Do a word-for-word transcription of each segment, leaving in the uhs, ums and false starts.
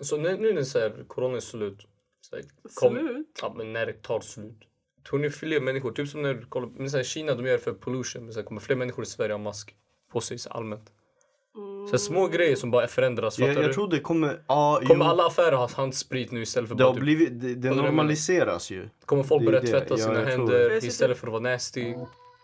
Så nu, nu när så här, corona är slut. Så här, kom, slut? Ja, men när det tar slut. Tror ni fler människor, typ som när du kollar men så här, Kina, de gör för pollution. Men så här, kommer fler människor i Sverige ha mask på sig så allmänt. Mm. Så här, små grejer som bara förändras. Jag, jag tror det kommer... Ah, kommer jo. alla affärer ha handsprit nu istället för det bara... Typ, blivit, det, det normaliseras ju. Kommer folk det, börja det, tvätta ja, sina händer istället för att vara nasty.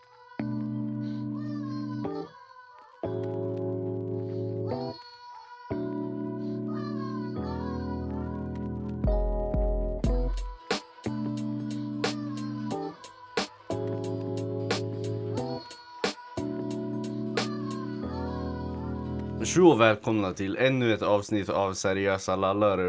Så välkomna till ännu ett avsnitt av Seriösa lallare.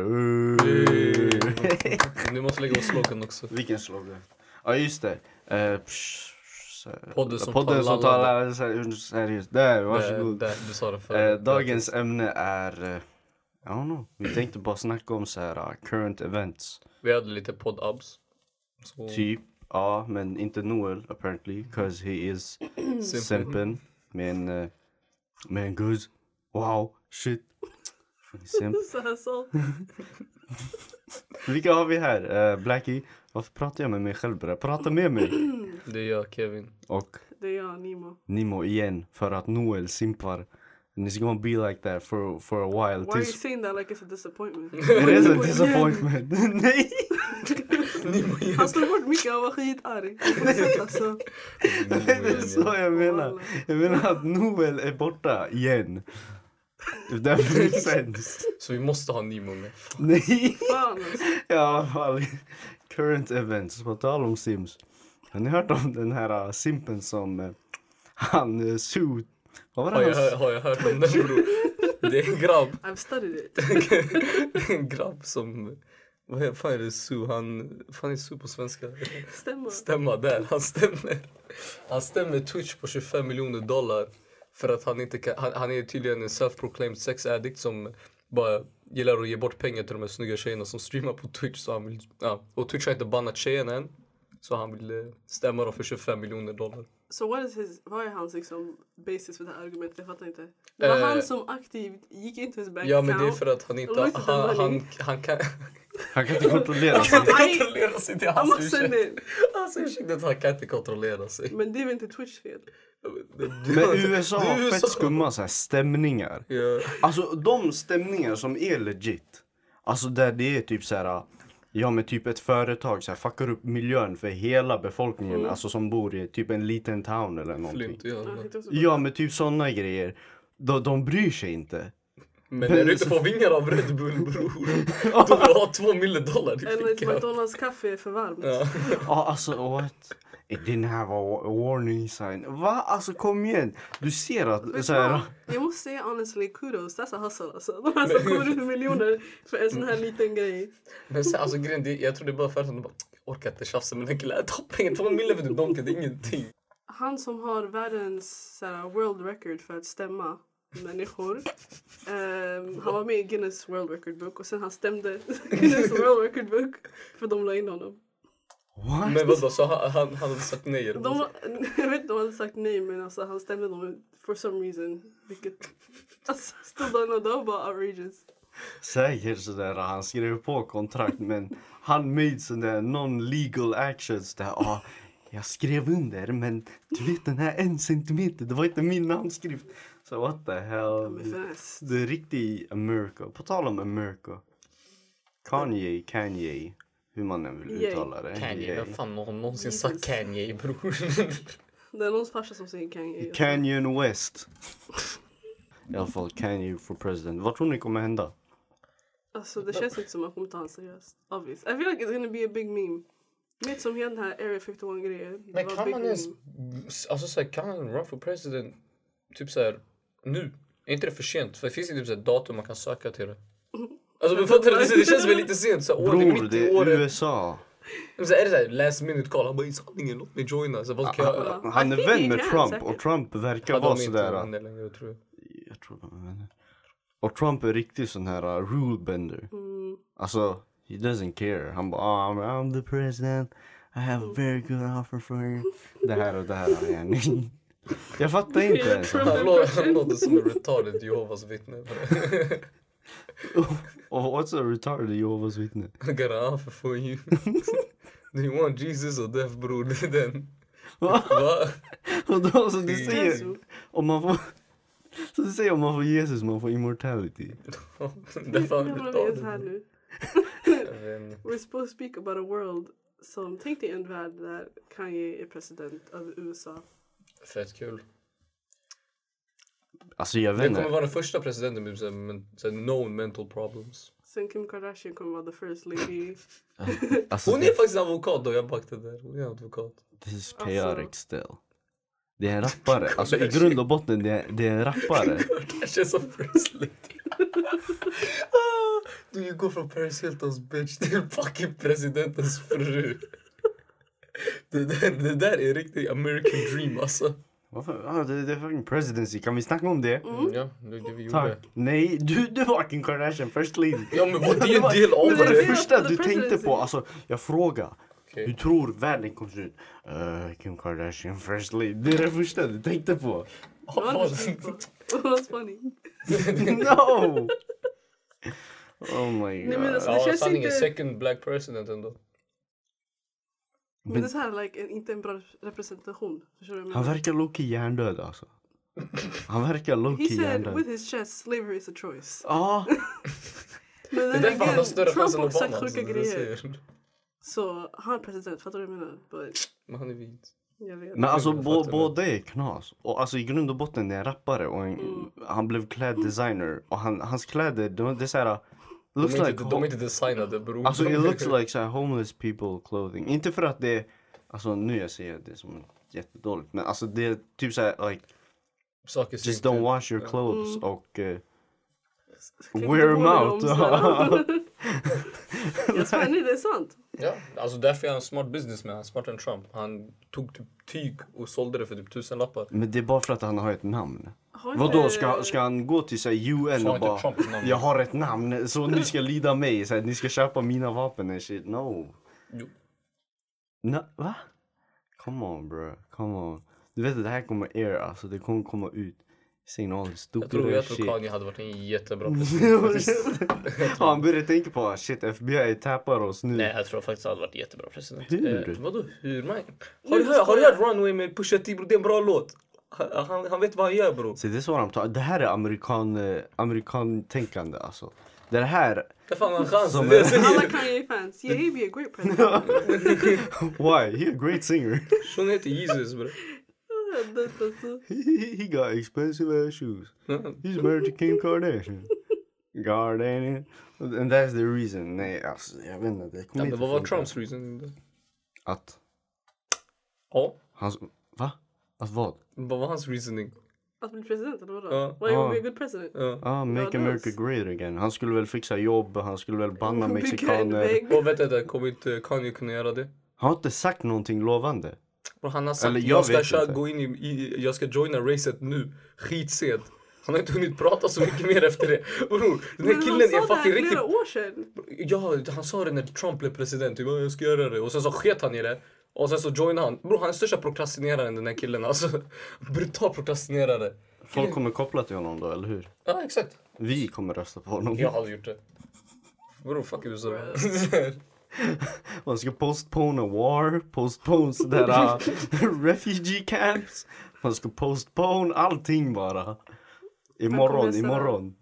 Nu måste lägga oss slogan också. Vilken slogan? Ja, just det. Uh, psh, podden som podden tar lallare. Seriöst. Där, varsågod. Där, du sa det för. Uh, dagens ämne är... Uh, I don't know. Vi tänkte bara snacka om så här uh, current events. Vi hade lite podd-abs. Så... Typ. Ja, men inte Noel apparently. Because he is simpen. Men... Uh, men gud. Wow, shit. Simp. Vilka har vi här? Uh, Blackie. Varför pratar jag med mig själv? Bara? Prata med mig. Det är jag, Kevin. Och? Det är jag, Nimo. Nimo igen. För att Noel simpar. And it's gonna be like that for, for a while. Why are you saying that like it's a disappointment? It is a disappointment. Nej! Han slår bort mycket av att skitarg. Alltså. Det är så jag menar. Jag menar att Noel är borta igen. If that makes sense. Så vi måste ha Nimo med. Nej! Fan alltså. Ja, fall. Current events. På tal om Sims. Har ni hört om den här uh, simpen som uh, han uh, suit? Vad var det har, jag, har jag hört om den, bro? Det är en grabb. I've studied it. En grabb som... Vad fan är det Su? Han... Fan är Su på svenska? Stämma. Stämma där. Han stämmer. Han stämmer Twitch på tjugofem miljoner dollar. För att han inte kan... Han, han är tydligen en self-proclaimed sex addict som bara gillar att ge bort pengar till de här snygga tjejerna som streamar på Twitch. Så han vill... Ja. Och Twitch har inte bannat tjejerna än. Så han vill stämma dem för tjugofem miljoner dollar. Så what is his, vad är hans liksom basis för det här argumentet? Jag fattar inte. Det var uh, han som aktivt gick in till his bank ja, account. Ja, men det är för att han inte... Han, han, han, han kan... Han kan inte kontrollera sig. Han kan inte kontrollera sig. Det är hans ursäkt. Alltså ursäkt att han kan inte kontrollera sig. Men det är väl inte Twitch fel? Men U S A har fett skumma så här stämningar. Yeah. Alltså de stämningar som är legit. Alltså där det är typ så här... Ja, men typ ett företag så här, fuckar upp miljön för hela befolkningen. Mm. Alltså som bor i typ en liten town eller någonting. Flint, ja. Ja, men typ sådana grejer. De, de bryr sig inte. Men när du inte får vingar av Red Bull, bror. Då vill du ha två miljoner dollar i fickan. Eller ett McDonalds kaffe är för varmt. Ja, ah, alltså what? It didn't have a warning sign. Va? Alltså kom igen. Du ser att... Så här... Jag måste säga honestly, kudos. That's a hustle alltså. De här som kommer ut med miljoner för en sån här liten grej. Men så, alltså grejen, det, jag tror det är bara för att de bara orkar inte tjafsa med den killen. Ta pengar, två miljoner för du donken, det är ingenting. Han som har världens såhär, world record för att stämma människor. Um, han var med i Guinness World Record Book och sen han stämde Guinness World Record Book för de la in honom. What? Men vadå, så han, han, han hade sagt nej eller de, jag vet inte om han hade sagt nej, men alltså, han stämde dem for some reason. Vilket alltså, still don't know, det var bara outrageous. Säkert sådär, han skrev på kontrakt men han made sådär non-legal actions där, ah, jag skrev under men du vet den här en centimeter, det var inte min namnskrift. Så so what the hell, det är riktigt America. På tal om America, Kanye, Kanye, hur man än vill uttala det. Kanye, vad fan har någonsin sagt Kanye, bror? Det är någons farsa som säger Kanye. Kanye West. I alla fall Kanye for president. Vad tror ni kommer hända? Alltså det känns inte som att man kommer ta han seriöst. Obvious. I feel like it's gonna be a big meme. Mitt som hela den här Area femtioett-grejen. Men kan man ens... Alltså såhär, kan man run for president typ såhär nu? Är inte det för sent? För det finns ju typ såhär datum man kan söka till det. Alltså men fattar du? Det känns väl lite sent. Så, Bror, det är, det är U S A. Men så är det såhär last minute call. Han bara, i sanningen, låt mig joina. Så, vad kan jag... Han, han är vän med Trump och Trump verkar vara sådär. Han är längre, tror jag. Jag tror de är vänner. Och Trump är riktigt sån här uh, rule bender. Mm. Alltså, he doesn't care. Han bara, oh, I'm, I'm the president. I have a very good offer for you. Det här och det här. Jag fattar inte ens. Han låter som en retarded Jehovas vittne. Och what's a retarded Jehovah's witness? I got an offer for you. Do you want Jesus or death, bror? Det är den. Va? Va? Och då så du Jesus. säger om man får så du säger om man får Jesus man får immortality. Därför har Jag du har det här tagit. nu. Jag vet inte. We're supposed to speak about a world som, tänk dig en värld där Kanye är president av U S A. Fett kul. Alltså jag vet Det kommer inte. vara den första presidenten med så här men- så här known mental problems. Sen Kim Kardashian kommer vara the first lady. Alltså Hon är det, faktiskt advokat då, jag backade där. Hon är advokat. this is chaotic Alltså- still. Det är en rappare. Alltså i grund och botten det är, det är en rappare. Det känns som first lady. Ah, Do you go from Paris Hiltons bitch till fucking presidentens fru? Det där, det där är riktigt American dream alltså. Varför? Ah, det, det är fucking presidency. Kan vi snacka om det? Mm, ja, det är det vi gjorde. Tack. Nej, du, du var Kim Kardashian, first lady. Ja men vad det är en del av Men Det var det det är det. första the du tänkte presidency. på. Alltså, jag frågar. Okej. Hur tror världen kommer se ut? Uh, Kim Kardashian, first lady. Det är det första du tänkte på. Det var inte så bra. What's funny? No! Oh my god. Nej, men alltså- Det Ja, känns sanningen, inte- second black president ändå. Men det är så här, like, en, inte en bra representation. Förstår du vad jag Han menar? verkar low-key hjärndöd alltså. Han verkar He low-key said hjärndöd. with his chest, slavery is a choice. Ja. Men Det är then därför han har again, större chans Trump än har sagt Obama. sjuka alltså, det grejer. ser- Så han är president, fattar du vad jag menar? But, Men han är vit. jag vet. Men alltså Jag bo, fattar det. båda är knas. Och alltså i grund och botten är en rappare och en, Mm. han blev kläddesigner. Och han, hans kläder, de, det är såhär... De Looks är, like inte, de är inte designade bror. Alltså it looks like såhär homeless people clothing. Inte för att det är, alltså nu jag säger det som jättedåligt. Men alltså det är typ såhär like Saker ser just inte- don't wash your clothes Mm. och uh, Kan wear inte them ihåg out. dem, så här. Jag svär, nej det är sant. Ja, alltså därför är han en smart businessman. Han är smartare än Trump. Han tog typ tyg och sålde det för typ tusen lappar. Men det är bara för att han har ett namn. Har Vadå, inte- ska, ska han gå till sig U N Sa och inte bara Trump ett namn? jag har ett namn så ni ska lyda mig, så här, ni ska köpa mina vapen and shit. No. Jo. No, va? Come on bro, come on. Du vet att det här kommer air, alltså det kommer komma ut. Saying all this Jag stupid tror, jag ass tror shit. Kanye hade varit en jättebra president. Ja, han började tänka på shit, F B I tappar oss nu. Nej, jag tror faktiskt han hade varit jättebra president. Hur? Eh, vadå hur? Man? Har du hört, har du hört Runway med Pusha T bro? Det är en bra låt. Han, han, han vet vad han gör bro. Så det är så de tar. Det här är amerikan, eh, amerikan tänkande alltså. Det här, Det fan han chans. Som Det jag är- säger. Alla Kanye-fans, yeah he'd be a great president. why? He a great singer. Hon heter Jesus bro. Det- det- det- he, he got expensive ass shoes. He's married to Kim Kardashian. Kardashian. And that's the reason. Nej, alltså jag vet inte. Det Ja, kommer men inte vad var funka. Trumps reason? Att Ja, hans, va? Att vad? vad var hans reasoning? Att bli president eller vadå? Ja. Why would Ja. be a good president? Ja. Ah, make det America var- great again. Han skulle väl fixa jobb, han skulle väl banna Bygga en mexikaner. vägg. Och vet du, kommer inte Kanye kunna göra det? Han har inte sagt någonting lovande. Bro, han har sagt Eller jag, jag ska vet köra, inte. gå in i, i, jag ska joina racet nu, skitsent. Han har inte hunnit prata så mycket mer efter det. Bror, den Men här han killen sa är det fucking här riktigt... flera år sedan. Ja, han sa det när Trump blev president. Typ, jag ska göra det. Och sen så sket han i det. Och sen så joinade han. Bror, han är den största prokrastineraren den här killen. Alltså, brutal prokrastinerare. Folk kommer koppla till honom då, eller hur? Ja, exakt. Vi kommer rösta på honom. Jag hade gjort det. Bror, fuck U S A. Man ska postpone a war, postpone sådär uh, refugee camps. Man ska postpone allting bara. Imorgon, rösta då? imorgon.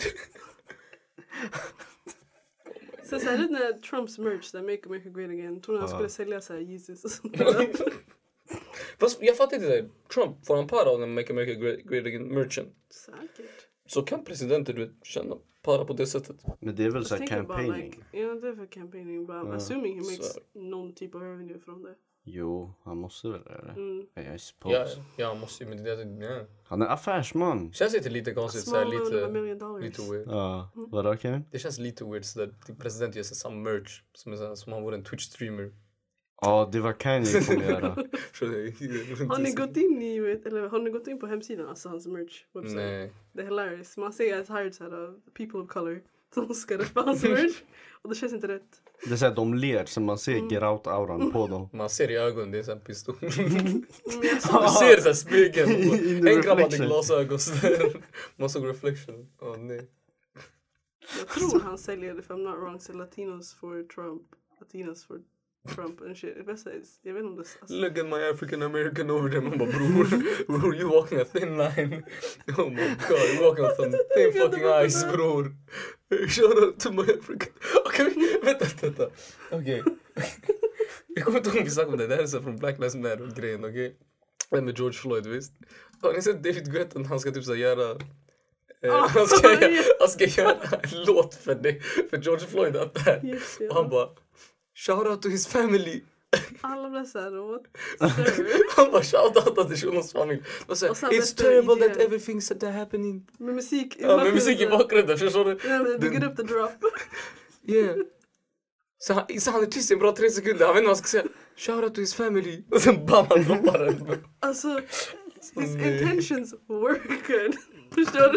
Sen så här, det är när Trumps merch, där Make America Great Again, tror han Ja. skulle sälja så här Jesus och sånt där. Fast jag fattar inte det. Trump, får han para av den Make America Great, Great Again merchant? Säkert. Så kan presidenter du vet, känna para på det sättet. Men det är väl Just såhär thinking about, campaigning. Like, ja, det är för campaigning, but I'm Ja. assuming he makes Så- någon typ av revenue från det. Jo, han måste väl eller? Mm. I suppose. Ja, ja, han måste ju, men det är ja. Han är affärsman. Känns inte lite konstigt Small såhär, loan of a lite, million dollars. lite weird. Ja, vadå Kevin? Det känns lite weird sådär, typ president gör samma merch som, är såhär, som han vore en Twitch-streamer. Ja, det var Kanye kommer göra. Har ni gått in i, vet- eller har ni gått in på hemsidan, alltså hans merch website? Nej. Det är hilarious. Man ser att hired så här, people of color som ska rösta hans merch. Och det känns inte rätt. Det är såhär, de ler så man ser get out-auran på dem. Man ser i ögonen, det är en pistol. Men jag Du såg, ser såhär spegeln. In the En grabb hade reflection. glasögon sådär. Man såg reflection. Åh nej. Jag tror han säljer, if I'm not wrong, så Latinos for Trump. Latinos for Trump and shit. Jag vet inte om det... Alltså. Look at my African American over there. Man bara, bror, bror, you walking a thin line. Oh my god, you walking on some thin fucking ice, bror. Shout out to my African... Okej, okay, vänta, vänta. Okej. Okay. Jag kommer inte ihåg om vi snackade om det. Det här är så från Black Lives Matter-grejen, okej? Okay? Det med George Floyd, visst? Har ni sett David Guetta? Han ska typ så göra... Eh, oh, han, ska, yeah. han ska göra en låt för, det, för George Floyd. Att där. Yes, yeah. Och han bara... Shout out to his family. Alla blev såhär, what? Han bara shout out till Shunos familj. Och så, it's terrible that everything's that happening. Med musik i ja, med musik i bakgrunden, förstår du? Ja, men bygger upp the drop. Yeah. Så han, så han är tyst i en bra tre sekunder. Han vet inte vad han ska säga. Shout out to his family. Och sen bam, han droppar den. Alltså, his intentions were good. Förstår du?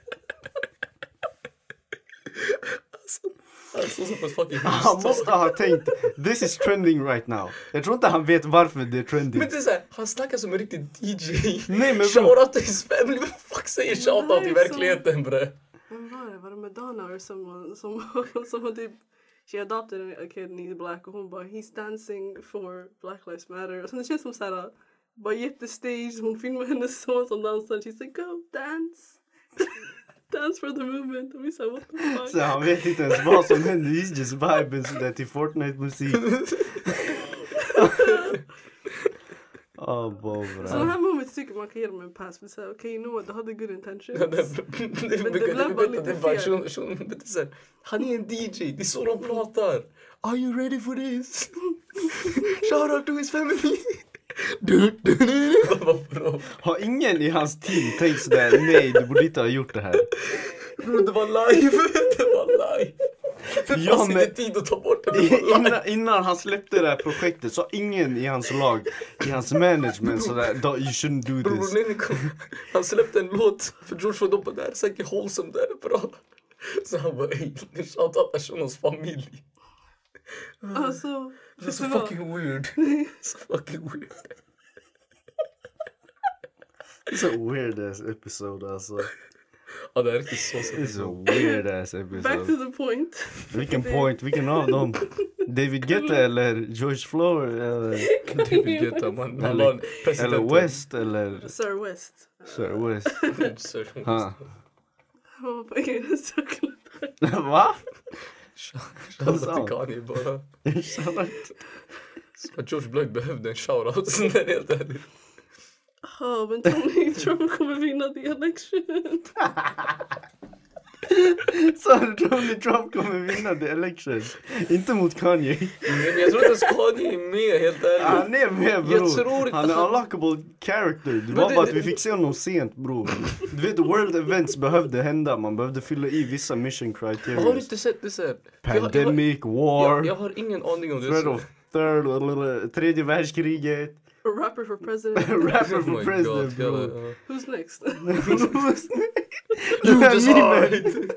Alltså, alltså, fucking han måste ha tänkt, this is trending right now. Jag tror inte han vet varför det är trending. Men det är såhär, han snackar som en riktig D J. Nej, men shout out to his family. Vad fuck säger shout out i verkligheten, bre? Vem var det? Var det Madonna eller someone som, som var typ... She adopted a kid and he's black och hon bara, he's dancing for Black Lives Matter. Och sen det känns som såhär, bara jättestage, hon filmar hennes son som dansar. She's like, go dance. Dance for the movement. Och vi sa, what the fuck? Så han vet inte ens vad som händer. He's just vibing sådär till Fortnite-musik. Åh, oh, bobra. Så här moment tycker man kan ge dem en pass. Men såhär, okej, you know what, du hade good intentions. Men det blev bara lite fel. Han är en D J, det är så de pratar. Are you ready for this? Shout out to his family. Du, du, du. Har ingen i hans team tänkt sådär, nej, du borde inte ha gjort det här. Bro, det var live. Det var live. Det ja, fanns men, inte tid att ta bort det. Innan, innan han släppte det här projektet så ingen i hans lag, i hans management sådär, you shouldn't do bro, this. Nej, nej, han släppte en låt för George Floyd och det här är säkert wholesome, det är bra. Så han bara, ey, nu shout out personens familj. Alltså, det är så fucking weird. Så fucking weird. It's a weird ass episode alltså. Ja, det är riktigt så. It's a weird ass episode. Back to the point. Vilken point? Vilken av dem? David Guetta eller George Floyd? Eller David Guetta, man. Eller, eller West eller... Sir West. Sir West. Sir West. Ha. Han var på egen cirkel. Va? Shoutout till Kanye bara. George Floyd behövde en shoutout. Så det är helt ärligt. Ja, men Tony Trump kommer vinna the election. Så Tony Trump kommer vinna the election. Inte mot Kanye. Nej, men jag tror inte ens Kanye är med, helt ärligt. Han är med, bror. Jag tror han är en unlockable character. Det var det, bara att vi fick se honom sent, bror. Du vet, world events behövde hända. Man behövde fylla i vissa mission criteria. Har du inte sett det så? Pandemic, jag, jag, war. Jag, jag har ingen aning om det. Third of, third, tredje världskriget. A rapper for president. Rapper for oh president, God, bro. Uh, Who's next? Who's next? You decide.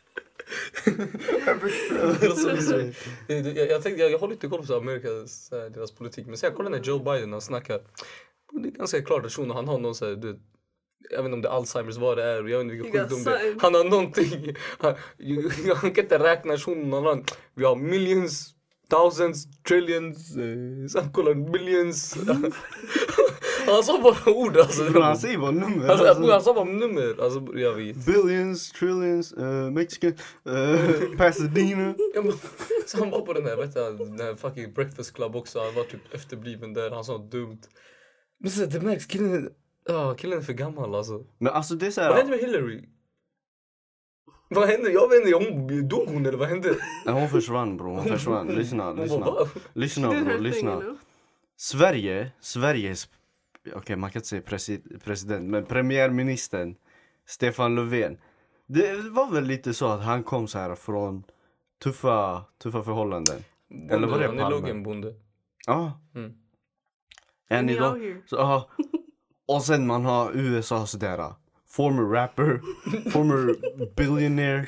jag, jag tänkte, jag, jag håller inte koll på så Amerikas, så här, deras politik. Men så jag kollar när Joe Biden han snackar. Det är ganska klart att han har någon så här, du, jag vet inte om det är Alzheimers, vad det är. Jag vet inte vilken sjukdom det är. Han har någonting. Han, jag kan inte räkna shunon. Vi har millions. Thousands, trillions, eh, så han kollar millions. Han sa bara ord alltså. Han säger bara nummer. Alltså, alltså. Han sa bara nummer. Alltså, jag vet. Billions, trillions, uh, Mexican, uh, Pasadena. Ja, men, så han var på den här, vet du, den här fucking Breakfast Club också. Han var typ efterbliven där. Han sa dumt. Men så det märks, killen, oh, killen är för gammal alltså. Men alltså det är så här. Vad hände med Hillary? Vad hände? Jag vet inte, hon dog hon eller vad hände? Nej, hon försvann bro, hon försvann. Lyssna, lyssna. Lyssna bro, lyssna. Sverige, Sveriges, okej okay, man kan inte säga presi- president, men premiärministern Stefan Löfven. Det var väl lite så att han kom så här från tuffa, tuffa förhållanden. Bonde, eller var det han är låg en bonde. Ja. Mm. Än idag. Så, ja. Och sen man har U S A sådär. Former rapper, former billionaire.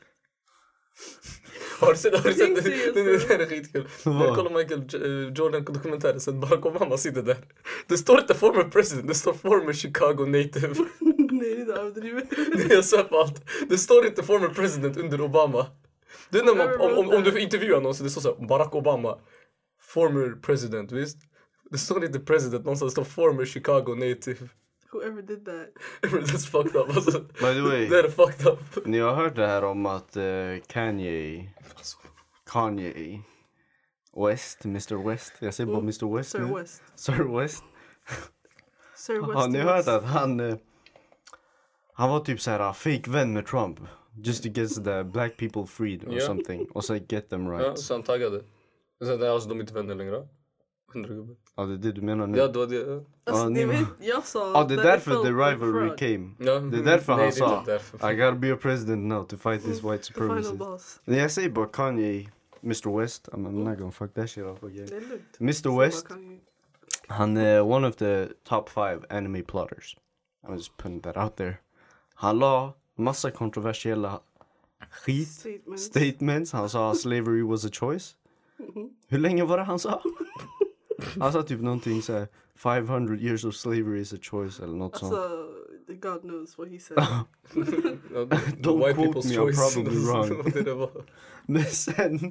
Har du sett, har du sett det? Det, det där är skitkul. Jag kollar Michael Jordan-dokumentären sen bara kom mamma sitter där. Det står inte former president, det står former Chicago native. Nej, det är överdrivet. Det är så på allt. Det står inte former president under Obama. Det är när man, om, om, om du intervjuar någon så det står så här, Barack Obama, former president, visst? Det står inte president någonstans, det står former Chicago native. Whoever did that. That's fucked up. Alltså, By the way, det är fucked up. ni har hört det här om att uh, Kanye, Kanye West, mister West, jag säger bara Mm. mister West Sir nu. West. Sir West. Sir West. Har ni hört att han, uh, han var typ så här fake vän med Trump? Just to get the black people freed or Ja. something. Och så get them Ja, rights. så han taggade. Så det är alltså de är inte vänner längre. Ja, det är det du menar nu. Ja, det var det. Ja, Alltså, Ja, det ni- vet jag sa. Ja, det är that därför it the felt like rivalry fraud. came. Ja. Det är därför Nej, han det är sa inte därför. I gotta be a president now to fight this white The final supremacy. boss. Nej, jag säger bara Kanye, mister West. I'm not gonna fuck that shit up again. Det är lugnt. mister Så West, bara kan ju- han är one of the top five enemy plotters. I'm just putting that out there. Han la massa kontroversiella skit, Statements. statements. Han sa slavery was a choice. Hur länge var det han sa? Han sa typ någonting så här, five hundred years of slavery is a choice eller något sånt. Alltså, God knows what he said. Ja, Don't white quote people's me, I'm choice. probably wrong. Det det var. Men sen,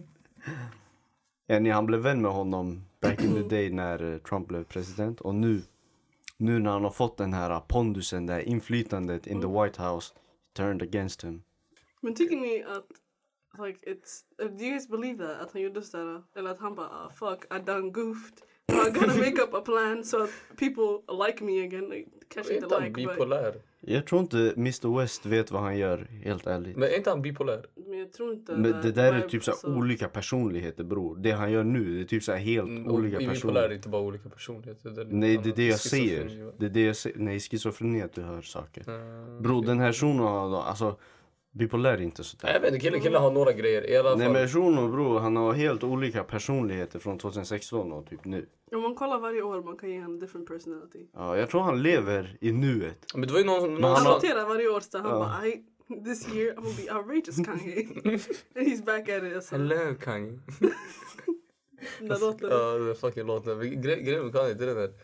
ja, ni, han blev vän med honom back in the day när eh, Trump blev president. Och nu, nu när han har fått den här pondusen, det här inflytandet in the White House, turned against him. Men tycker ni att, like, it's, uh, do you guys believe that? Att han gjorde sådär, eller att han bara, ah, fuck, I done goofed. I gotta make up a plan so that people like me again. Like, kanske Är inte inte han like, but, bipolär? Jag tror inte mister West vet vad han gör, helt ärligt. Men är inte han bipolär? men jag tror inte Men that det där är vibe- typ så alltså, här olika personligheter, bror. Det han gör nu, det är typ så här helt Mm, olika och bipolär är personer. inte bara olika personligheter. Det är Nej, lite det är det annat. jag Schizofreni, säger. va? Det är det jag säger. Nej, schizofreni att du hör saker. Mm, Bro, okej. den här shunon, alltså, bipolär är inte så Nej, där. jag vet inte, killen, killen har några grejer i alla Nej fall. men shunon bror, han har helt olika personligheter från tjugohundrasexton och typ nu. Om man kollar varje år, man kan ge en different personality. Ja, jag tror han lever i nuet. Men det var ju någon, någon han Han har- som... noterar varje år så han Ja. bara, I, this year I'm gonna be outrageous Kanye. And he's back at it. Alltså. Hello Kanye. Den där låten. Ja, den fucking låten. Gre- Grejen med Kanye, det är den där...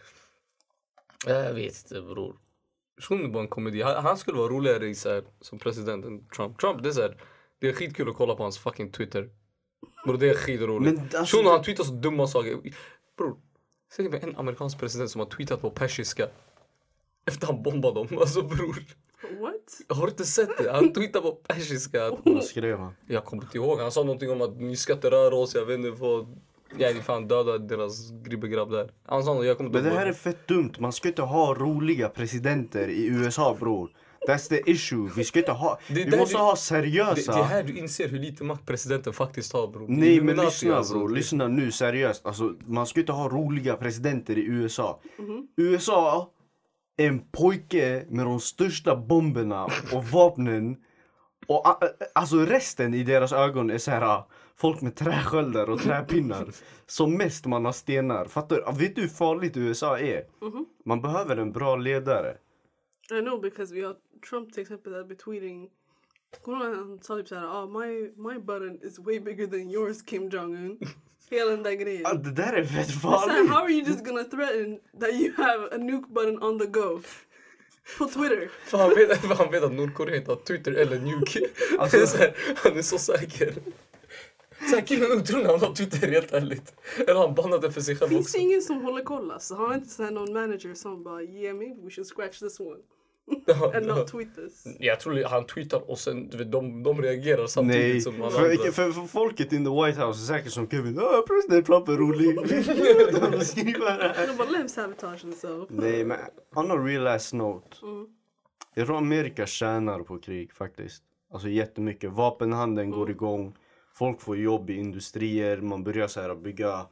Jag vet inte bror. Shunon är bara en komedi. Han, han skulle vara roligare i, så här, som president än Trump. Trump, det är så här, det är skitkul att kolla på hans fucking Twitter. Bror, det är skitroligt. Men alltså- Shunon, han tweetar så dumma saker. Bror, säg mig en amerikansk president som har tweetat på persiska efter han bombade dem. Alltså bror, What? har du inte sett det? Han tweetar på persiska. Vad skrev han? Jag kommer inte ihåg. Han sa någonting om att ni ska inte röra oss. Jag vet inte vad. Jag är fan döda deras gribbegrabb där. Han sa något, jag kommer inte Men det ihåg. här är fett dumt. Man ska inte ha roliga presidenter i U S A bror. That's the issue. Vi ska inte ha... Det är Vi där måste du- ha Det, seriösa... det är här du inser hur lite makt presidenten faktiskt har bror. Nej men Illuminati, lyssna alltså. bror, lyssna nu seriöst. Alltså, man ska inte ha roliga presidenter i U S A. Mhm. U S A är en pojke med de största bomberna och vapnen. Och a- a- alltså resten i deras ögon är så här folk med träsköldar och träpinnar. Som mest man har stenar. Fattar du? Vet du hur farligt U S A är? Mhm. Man behöver en bra ledare. I know because vi har Trump till exempel där betweeting. Kommer du ihåg han sa typ såhär, ah my, my button is way bigger than yours Kim Jong-Un. Hela den där grejen. Ah, det där är fett Så här, farligt. how are you just gonna threaten that you have a nuke button on the go? På Twitter. För han vet, för han vet att Nordkorea inte har Twitter eller Nuke. Alltså- Det är så här, han är så säker. Så här, killen nog tror han har Twitter helt ärligt. Eller han bannade för sig själv Finns också. det ingen som håller koll alltså? Har inte så här någon manager som bara, yeah maybe we should scratch this one. And not tweet this. Jag tror han tweetar och sen du vet, de, de reagerar samtidigt Nej, som alla för, andra. för, för folket in the White House är säkert som Kevin. Åh, president Trump är rolig. De skriver det här. De bara, let him sabotage himself. Nej, men on a real ass note. Mm. Jag tror Amerika tjänar på krig faktiskt. Alltså jättemycket. Vapenhandeln går igång. Folk får jobb i industrier. Man börjar så här bygga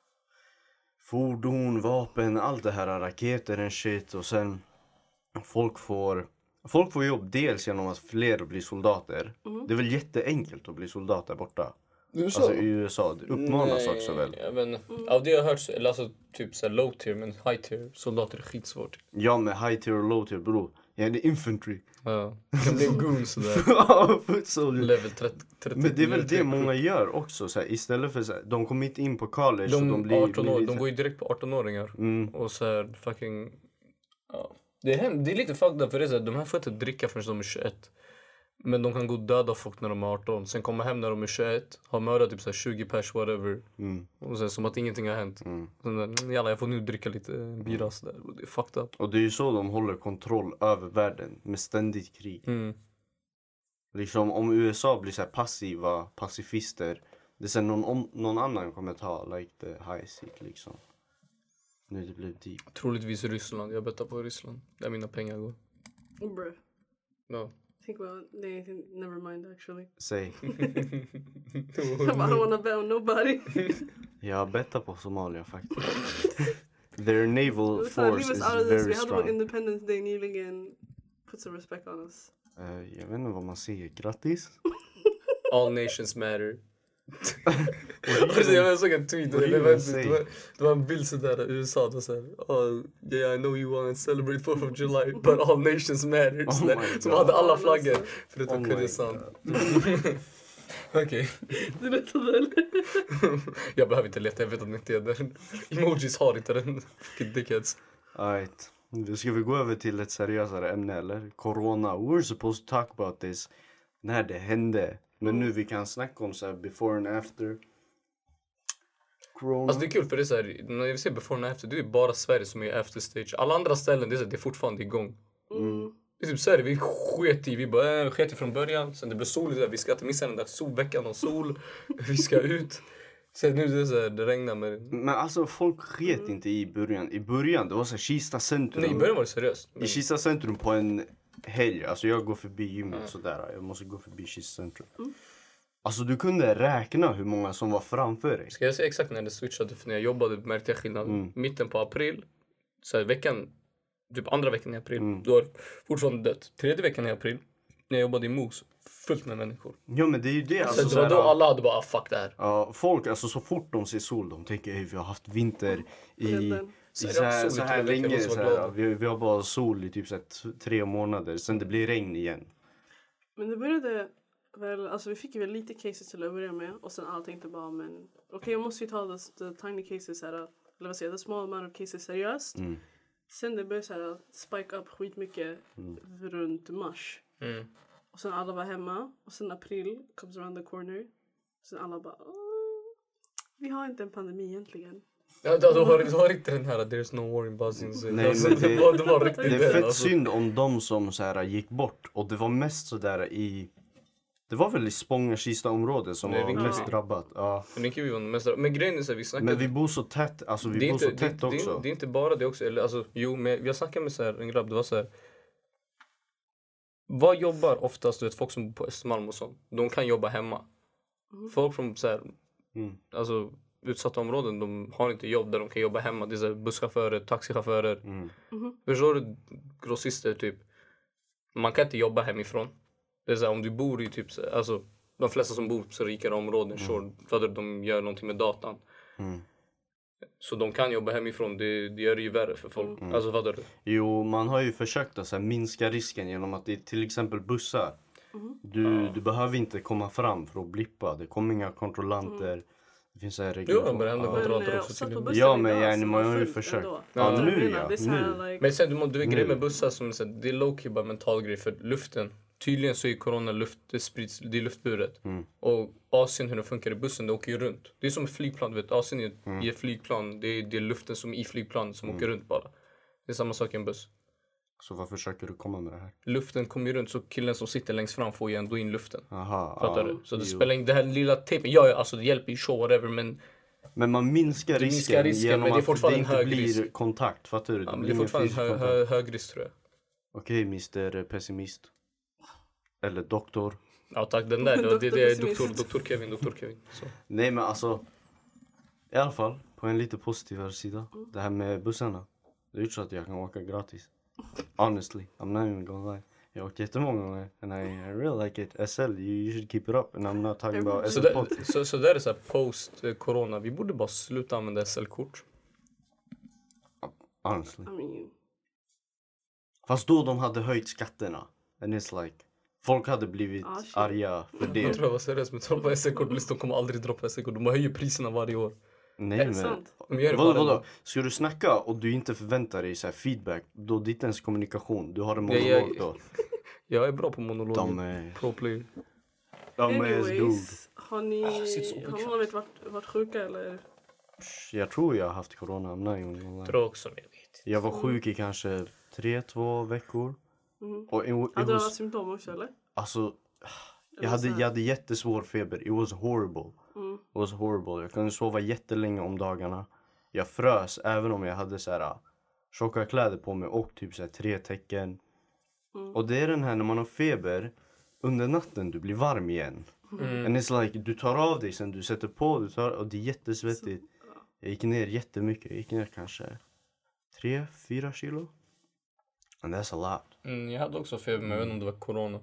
fordon, vapen, allt det här, raketer and shit. Och sen folk får, folk får jobb dels genom att fler blir soldater. Det är väl jätteenkelt att bli soldat där borta. Alltså i U S A, det uppmanas Nej, också väl. Ja, men, av det jag har hört, så- eller alltså typ så här low tier men high tier soldater är skitsvårt. Ja, med high tier och low tier, bro. Jag är infantry. Ja. Kan bli en goon sådär. Ja, foot soldier. Level trettio, trettio. Men det är väl level det trettio. många gör också så här, istället för så här, de kommer inte in på college så de De, blir arton år, de militär- går ju direkt på arton-åringar. Mm. Och så här fucking... Ja. Det är, hem, det är lite fucked up för det är så här, de här får inte dricka förrän de är tjugoett. Men de kan gå och döda folk när de är arton. Sen komma hem när de är tjugoett. Ha mördat typ så här tjugo pers, whatever. Mm. Och sen som att ingenting har hänt. Mm. Sen där, jalla, jag får nu dricka lite bira så där. Det är fucked up. Och det är ju så de håller kontroll över världen. Med ständigt krig. Mm. Liksom om U S A blir så här passiva pacifister. Det är sen någon, om, någon annan kommer ta like the high seat liksom. Nu det blev deep. Troligtvis Ryssland. Jag bettar på Ryssland. Där mina pengar går. Bruh. No. Think about anything. Never mind actually. Säg. I don't wanna bet on nobody. Jag bettar på Somalia faktiskt. Their naval So leave force us is out of this. very We had strong. one Independence Day nyligen. Put some respect on us. Uh, jag vet inte vad man säger. Grattis. All nations matter. Alltså, jag såg en tweet. What do Det you var, even say? det, var, det var en bild sådär i U S A. Det var såhär, oh, yeah I know you want to celebrate fourth of July but all nations matter. Oh Sådär, my som God. hade alla Oh, flaggor. alltså. Förutom Oh my Kurdistan. God. Okej. Du vet väl? Jag behöver inte leta, jag vet att ni inte är där. Emojis har inte den. Fucking dickheads. Alright. Nu ska vi gå över till ett seriösare ämne eller? Corona. We were supposed to talk about this när det hände. Men nu vi kan snacka om så här before and after. Corona. Alltså det är kul för det är såhär, när vi ser before and after, det är bara Sverige som är after stage. Alla andra ställen, det är, så här, det är fortfarande igång. Mm. Det är typ Sverige, vi sket i, vi bara äh, sket i från början. Sen det blev sol, där, vi ska inte missa den där solveckan och sol. Vi ska ut. Sen nu det är så här, det regnar med... Men alltså folk sket inte i början. I början det var så här Kista centrum. Nej, i början var det seriöst. Men... I Kista centrum på en helg. Alltså jag går förbi gymmet mm. sådär. Jag måste gå förbi Kista centrum. Mm. Alltså du kunde räkna hur många som var framför dig. Ska jag säga exakt när det switchade? För när jag jobbade märkte jag skillnad. Mm. Mitten på april, så här, veckan, typ andra veckan i april, Mm. då var det fortfarande dött. Tredje veckan i april, när jag jobbade i Mos, fullt med människor. Ja men det är ju det. Alltså, Så det var då alla hade bara, ah, fuck det här. Ja, folk, alltså så fort de ser sol, de tänker att vi har haft vinter i, i Så så är det här, sol i så här tre veckor, länge. måste Så vara här, glada. vi, vi har bara sol i typ så här, t- tre månader, sen det blir regn igen. Men det började väl, alltså vi fick ju väl lite cases till att börja med. Och sen alla tänkte bara, men okej okay, jag måste ju ta the, the tiny cases här, eller vad säger jag, the small amount of cases seriöst. Mm. Sen det började så här spike up skitmycket Mm. runt mars. Mm. Och sen alla var hemma. Och sen april comes around the corner. Sen alla bara, "Åh, vi har inte en pandemi egentligen. Ja, då, då, var det, då var det inte den här there's no war in Bosnia. Nej, Alltså, men det, det- var, det var riktigt Det är den, fett alltså. synd om de som så här, gick bort. Och det var mest så där i... Det var väl i Spånga-Kista-området som Nej, var Rinkeby. mest drabbat. Ja. Men Rinkeby var den mest... Men grejen är så här, vi snackade... Men vi bor så tätt, alltså vi det är bor inte, så det, tätt det, också. det, det är inte bara det också. Eller, alltså, jo, men jag snackade med så här, en grabb, det var så här... Vad jobbar oftast, du vet, folk som bor på Östermalm och sånt? De kan jobba hemma. Mm. Folk från så här, Mm. alltså, utsatta områden, de har inte jobb där de kan jobba hemma. Det är så här, busschaufförer, taxichaufförer. Mm. Mhm. Förstår du? Grossister typ. Man kan inte jobba hemifrån. Det är så här, om du bor i typ, så- alltså de flesta som bor på så rikare områden, Mm. sure, för att de gör någonting med datan. Mm. Så de kan jobba hemifrån, det, det gör det ju värre för folk. Mm. Alltså fattar du? Jo, man har ju försökt att så här, minska risken genom att det är till exempel bussar. Mhm. Du, Ja. du behöver inte komma fram för att blippa. Det kommer inga kontrollanter. Det finns så här regler. Jo, de börjar ändå Ja. kontrollera. Men drar eh, också satt på till- bussen Ja, men idag yani, som man var har ju fullt försökt. ändå. Ja, Jag nu menar, ja, det är så här, nu. like, Men sen, du, må- du är grej Nu. med bussar som är så här, det är low-key bara mental grej för luften. Tydligen så är corona luft, det sprids, det är luftburet. Mm. Och Asien, hur det funkar i bussen, det åker ju runt. Det är som ett flygplan, du vet. Asien är Mm. i ett flygplan, det är, det är luften som är i flygplanet som åker runt bara. Det är samma sak i en buss. Så vad försöker du komma med det här? Luften kommer ju runt så killen som sitter längst fram får ju ändå in luften. Aha, Fattar ja, du? Så det jo. spelar in det här lilla tejpen. Ja, ja, alltså det hjälper ju show whatever men Men man minskar Du risken, minskar risken, genom men det är att det fortfarande inte en hög blir risk. kontakt. Fattar du? ja, Det men det blir är ingen fortfarande fysisk hö, kontakt. hö, hög risk tror jag. Okej, mister Pessimist. Eller doktor. Ja tack, den där. Det, det, Doktor det är pessimist. doktor, doktor Kevin, doktor Kevin. Så. Nej men alltså. I alla fall, på en lite positivare sida. Det här med bussarna. Det är ju så att jag kan åka gratis. Honestly, I'm not even gonna lie. Jag har åkt jättemånga gånger. And I, I really like it. S L, you, you should keep it up. And I'm not talking about S Så, L där, pod. så, så där är så här post eh, corona. Vi borde bara sluta använda S L-kort. Honestly. I mean, Fast då de hade höjt skatterna. And it's like. Folk hade blivit Ah, shit. arga för Jag det. tror jag var seriös med att droppa S L-kort. De kommer aldrig droppa S L-kort. De höjer priserna varje år. Nej Är det men, sant? De gör det vadå, bara vadå? Ska du snacka och du inte förväntar dig så här feedback, då det är inte ens kommunikation, du har en Ja, jag- monolog då. Jag är bra på monologer. Dumbass. Pro player. Dumbass dude. Anyways, har ni, Ah, sitter så har obekvämt. någon av er varit, varit sjuka eller? Jag tror jag har haft corona, I'm not even gonna lie. Tror också men jag vet. Jag var sjuk i kanske tre, två veckor. Mm. Och it, it Hade du alla was, symptom också eller? alltså, Eller jag hade, så här? jag hade jättesvår feber. It was horrible. Mm. It was horrible. Jag kunde sova jättelänge om dagarna. Jag frös även om jag hade så här tjocka kläder på mig och typ så här tre tecken. Mm. Och det är den här när man har feber, under natten du blir varm igen. Mm. And it's like, du tar av dig sen du sätter på, du tar, och det är jättesvettigt. Jag gick ner jättemycket, jag gick ner kanske tre, fyra kilo. And that's a lot. Mm, jag hade också feber, men jag vet inte om det var corona.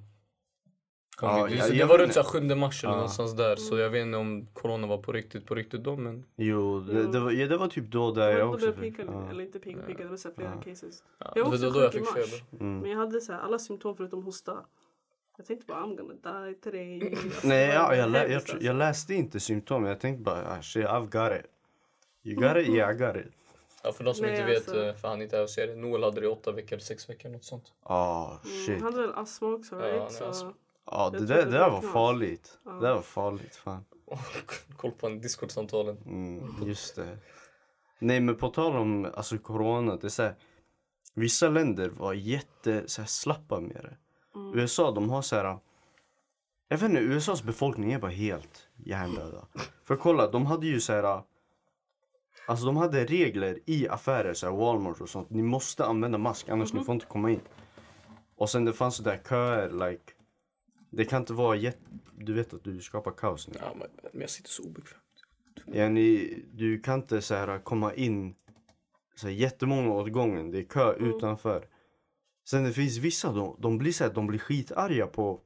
Kom Ja, det, jag- det jag var vet runt så här inte. sjunde mars eller Ja. någonstans där. Så jag vet inte om corona var på riktigt, på riktigt då. Men Jo, det, det, var, ja, det var typ då där jag Då också började pika, ja. eller inte pika, pika, det var så här flera Ja. cases. ja, Jag var det var också då jag sjuk i fick mars. feber. Mm. Men jag hade så här, alla symptom förutom hosta. Jag tänkte bara I'm gonna die today. Alltså, Nej, det ja, var jag, lä, jag, hemskt, tr- alltså. jag läste inte symptom, jag tänkte bara ah, shit, I've got it. You got it? Yeah, I got it. Ja, för de som Nej, inte vet, alltså. eh, för han inte är och ser det. Noel hade det i åtta veckor, sex veckor, något sånt. Ah, Mm, shit. han hade väl astma också, Ja, right? han så, är astma. Ja, det jag där, tror det det där var var knas. farligt. Ja. Det där var farligt, fan. Koll på en Discord-samtalen. Mm, just det. Nej, men på tal om alltså corona, det är så här, vissa länder var jätte så här, slappa med det. Mm. U S A, de har så här, jag vet inte, U S As befolkning är bara helt hjärndöda. För kolla, de hade ju så här, alltså de hade regler i affärer, så här Walmart och sånt. Ni måste använda mask, annars Mhm. ni får inte komma in. Och sen det fanns så där köer, like, det kan inte vara jätte, du vet att du skapar kaos nu. Ja, men, men jag sitter så obekvämt. Ja, ni, du kan inte så här, komma in så här, jättemånga åt gången. Det är kö Mm. utanför. Sen det finns vissa, de, de blir så här, de blir skitarga på,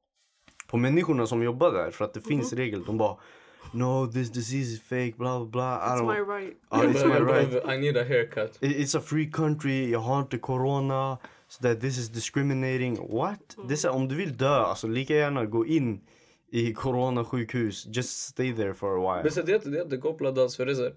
på människorna som jobbar där. För att det finns regler. De bara, no, this disease is fake, bla bla bla. I It's don't- my right. Ja, Jag it's my behöver- right. jag behöver- I need a haircut. I- It's a free country, jag har inte corona. So that this is discriminating. What? Det är så här, om du vill dö, alltså lika gärna gå in i coronasjukhus. Just stay there for a Men while. så det är inte- det är inte kopplat alls, för det är så här,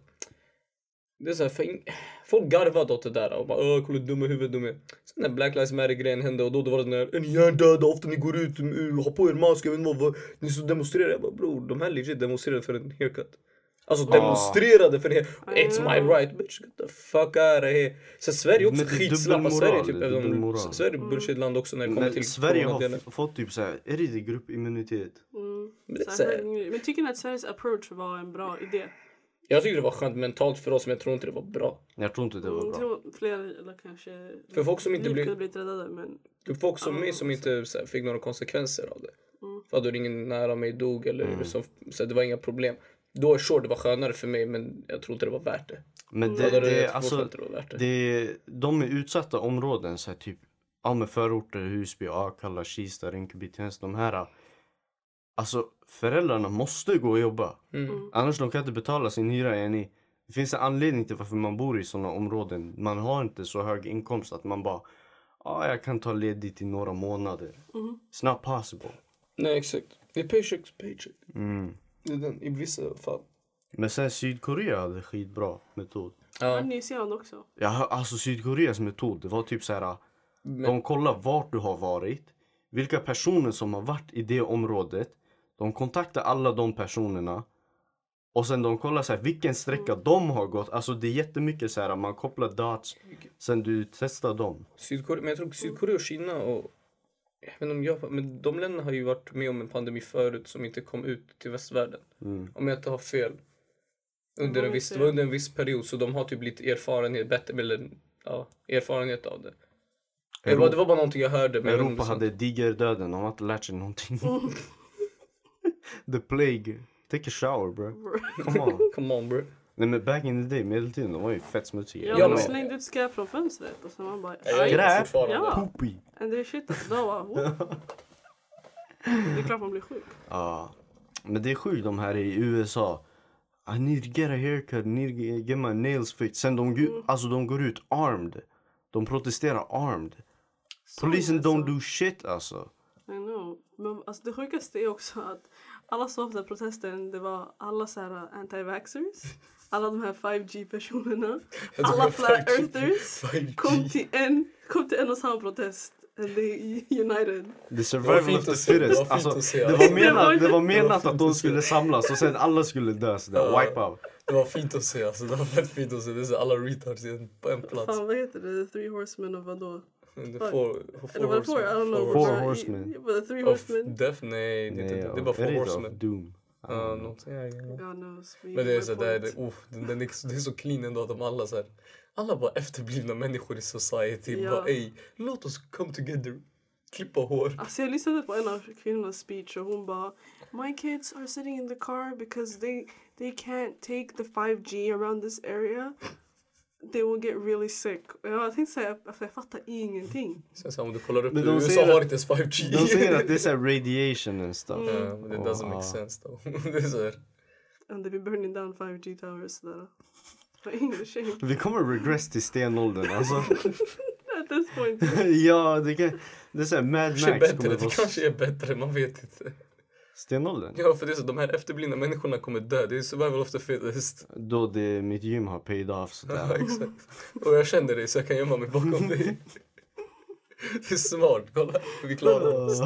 det är så här, för ing- folk garvade åt det där och bara åh kolla dumma huvud dumma. Sen när Black Lives Matter grejen hände och då, då var det den där, är ni hjärndöda ofta ni går ut, uh, ha på er mask, jag vet inte vad, vad ni så demonstrerar. Jag bara bror, de här legit demonstrerade för en haircut. Alltså demonstrerade för det. It's my right bitch, get the fuck out of here. Så Sverige är också Men det är skitslappa. dubbelmoral, Sverige är typ det är även om dubbelmoral. Sverige är bullshitland också när det kommer Men till Sverige har coronadelen. f- fått typ såhär, är det gruppimmunitet? Mm. Men det är Så så här, här- men tycker ni att Sveriges approach var en bra idé? Jag tycker det var skönt mentalt för oss, men jag tror inte det var bra. Jag tror inte det var Mm, bra. tror fler eller kanske För folk som inte liv blir- kunde blivit räddade men Det folk som Ja, mig som så. inte så här, fick några konsekvenser av det. Mm. För att ingen nära mig dog eller Mm. så, så det var inga problem. Då är sure, det var skönare för mig, men jag tror inte det var värt det. Men Mm. det, Det, det, det, jag tror alltså, inte det var värt det. det, de är utsatta områden, så här, typ, ja men förorter, Husby, Akalla, Kista, Rinkeby, Tensta, de här. Alltså föräldrarna måste gå och jobba. Mm. Mm. Annars de kan inte betala sin hyra, är ni. Det finns en anledning till varför man bor i sådana områden. Man har inte så hög inkomst att man bara, ja jag kan ta ledigt i några månader. Mm. It's not possible. Nej, exakt. Det är paycheck to paycheck. Mm. Det är den, i vissa fall. Men sen Sydkorea hade skitbra metod. Ja. Ja. Nya Zeeland också. Ja, alltså Sydkoreas metod, det var typ så här. Men, De kollar vart du har varit, vilka personer som har varit i det området. De kontaktar alla de personerna. Och sen de kollar så här, vilken sträcka de har gått. Alltså det är jättemycket så här, man kopplar dots. Sen du testar dem. Sydkorea, men jag tror Sydkorea och Kina och jag vet inte om Japan, men de länderna har ju varit med om en pandemi förut som inte kom ut till västvärlden. Mm. Om jag inte har fel. Under en viss, det var under en viss period, så de har typ lite erfarenhet, bättre, eller ja, erfarenhet av det. Det var, det var bara någonting jag hörde. Men Europa hade digerdöden, de har inte lärt sig någonting. The plague. Take a shower bro. Come on. Come on bro. Nej men back in the day, medeltiden, de var ju fett smutsiga. Ja, Ja, de men- slängde ut skräp från fönstret och så man bara Jag Skräp? är fortfarande. Ja. Poopy. and det är shit alltså. Då var wow. Det är klart man blir sjuk. Ja. Men det är sjukt de här i U S A. I need to get a haircut, I need to get my nails fixed. Sen de, gu- alltså, de går ut armed. De protesterar armed. Polisen alltså. don't do shit alltså. I know. Men alltså, det sjukaste är också att alla som var på protesten, det var alla så här anti-vaxxers. Alla de här five G-personerna. Alla flat earthers kom till, en, kom till en och samma protest. And they united. The survival of the fittest. Alltså, det var menat, det var menat att de skulle samlas och sen alla skulle dö. Så där, wipe out. Det var fint att se. Alltså, det var väldigt fint att se. Det är så alla retards på en plats. Fan, vad heter det? The three horsemen of vadå? The four, four Eller var det four? I don't know. Four horsemen. The three horsemen. Death? Nej, det, det, det var four horsemen. Doom. Uh, någonting, ja, ja. God knows. Men det är så där, det, oh, den, den är, det är så clean ändå att de alla så här, alla bara efterblivna människor i society. Ja. Bara, ey, låt oss come together. Klippa hår. Alltså jag lyssnade på en av kvinnornas speech och hon bara My kids are sitting in the car because they, they can't take the five G around this area. They will get really sick. Och jag tänkte säga att jag fattar ingenting. Sen så om du kollar upp Men i de U S A säger har att- inte ens five G. De säger att det är så här radiation and stuff. Ja, men det doesn't make Ah. sense though. Det är så här. And they've been burning down five G towers sådär. But ingen shame. Vi kommer regress till stenåldern. Alltså. At this point. Ja, det, kan, det är så här Mad Kanske är Max bättre, kommer det vara kanske är bättre, man vet inte. stenåldern. Ja, för det är så, de här efterblivna människorna kommer dö. Det är survival of the fittest. Då det, mitt gym har paid off Ja, sådär. exakt. Och jag känner dig så jag kan gömma mig bakom dig. Det är smart, kolla. Vi klarar oss.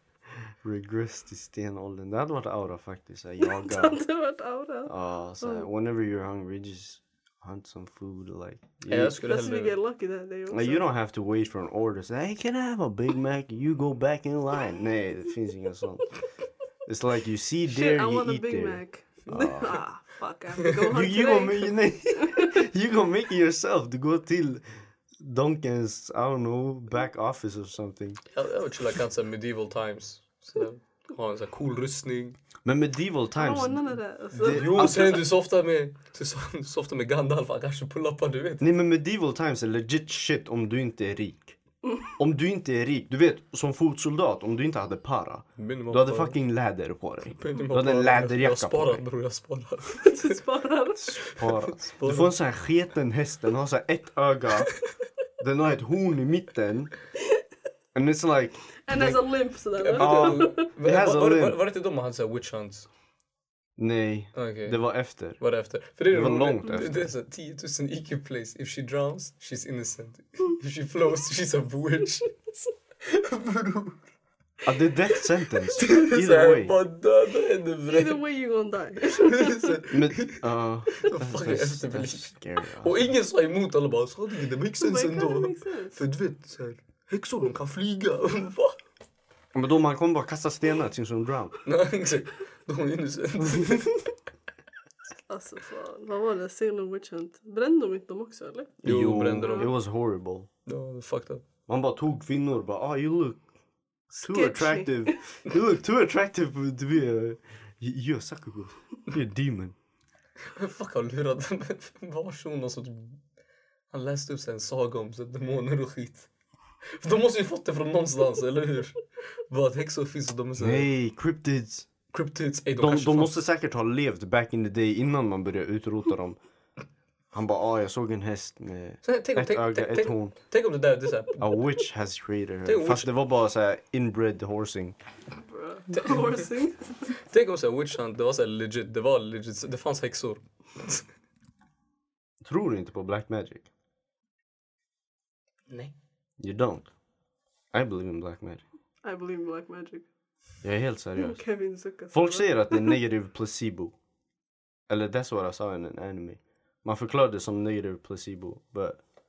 Regress till stenåldern. Det hade varit aura faktiskt. Så här, Det jaga. hade varit aura. Ja, så här, whenever you're hungry just hunt some food like. Ja, jag skulle Plus we get hellre... lucky that day också. Like, you don't have to wait for an order. Say, hey, can I have a Big Mac? You go back in line. Nej, det finns inget sånt. It's like you see Shit, there, I you want a eat Big there. Mac. Ah. ah, fuck, I have to go hunt You, you, gonna, today. make- nej, you gonna make it yourself. Du går till Duncan's, I don't know, back office or something. Jag, jag vill chilla kanske medieval times. Så där, ha en sån här cool rustning. Men medieval I times, don't want none of that. Alltså. det- Jo, Alltså- sen du är så ofta med, du är så, du är så ofta med Gandalf, han kanske pull-upar, du vet. nej men medieval times är legit shit om du inte är rik. Om du inte är rik, du vet som fotsoldat, om du inte hade para. Minimum Du hade para. fucking läder på dig. Minimum Du hade en para. läderjacka Jag sparar, på dig. bror, jag sparar. Du sparar. Para. Du får en sån här sketen häst, den har så här ett öga. Den har ett horn i mitten. And it's like, And has a limp sådär. Ja, Men it has var, a var, limb. var, var det inte de man hade såhär witch hunts? nej, Okej. det var efter. Var det efter? För det, är Det var roligt. långt Det- efter. Det är så tio tusen I Q place. If she drowns, she's innocent. If she flows, she's a witch. Ja, det är death sentence. Så Either här, way. bara döda henne Either bre. way you gonna die. Men, uh, Så fucking efterbliven. scary. Och ingen sa emot, alla bara så det makes sense But it kinda ändå. makes sense. För du vet, så här, häxor de kan flyga. Va? Men då man kommer bara kasta stenar tills hon drown. Nej, exakt. De är innocent. Alltså fan, vad var det? Salem Witch Hunt. Brände de inte dem också eller? Jo, brände dem. It was horrible. Ja, fucked up. Man bara tog kvinnor och bara, ah, you look too Sketchy. attractive. You look too attractive to be a, you're a succubus. You're a demon. Fuck, han lurade en person och så typ, han läste upp sig en saga om så här demoner och skit. För de måste ju fått det från någonstans, eller hur? Bara att häxor finns och de är så här, Nej, cryptids. cryptids. Ey, de De, kanske de fan- måste säkert ha levt back in the day innan man började utrota dem. Han bara, ah, jag såg en häst med Så här, tänk, ett tänk, öga, tänk, ett tänk, horn. tänk om det där, det är så här, A witch has created Tänk om her. Fast witch- det var bara så här inbred horsing. Bruh. Horsing. tänk om så här, witch hunt, det var så här legit, det var legit, det fanns häxor. Tror du inte på black magic? Nej. You don't. I believe in black magic. I believe in black magic. Jag är helt seriös. Kevin suckar. Folk säger att det är negative placebo. Eller that's what I saw in an anime. Man förklarade det som negative placebo, but...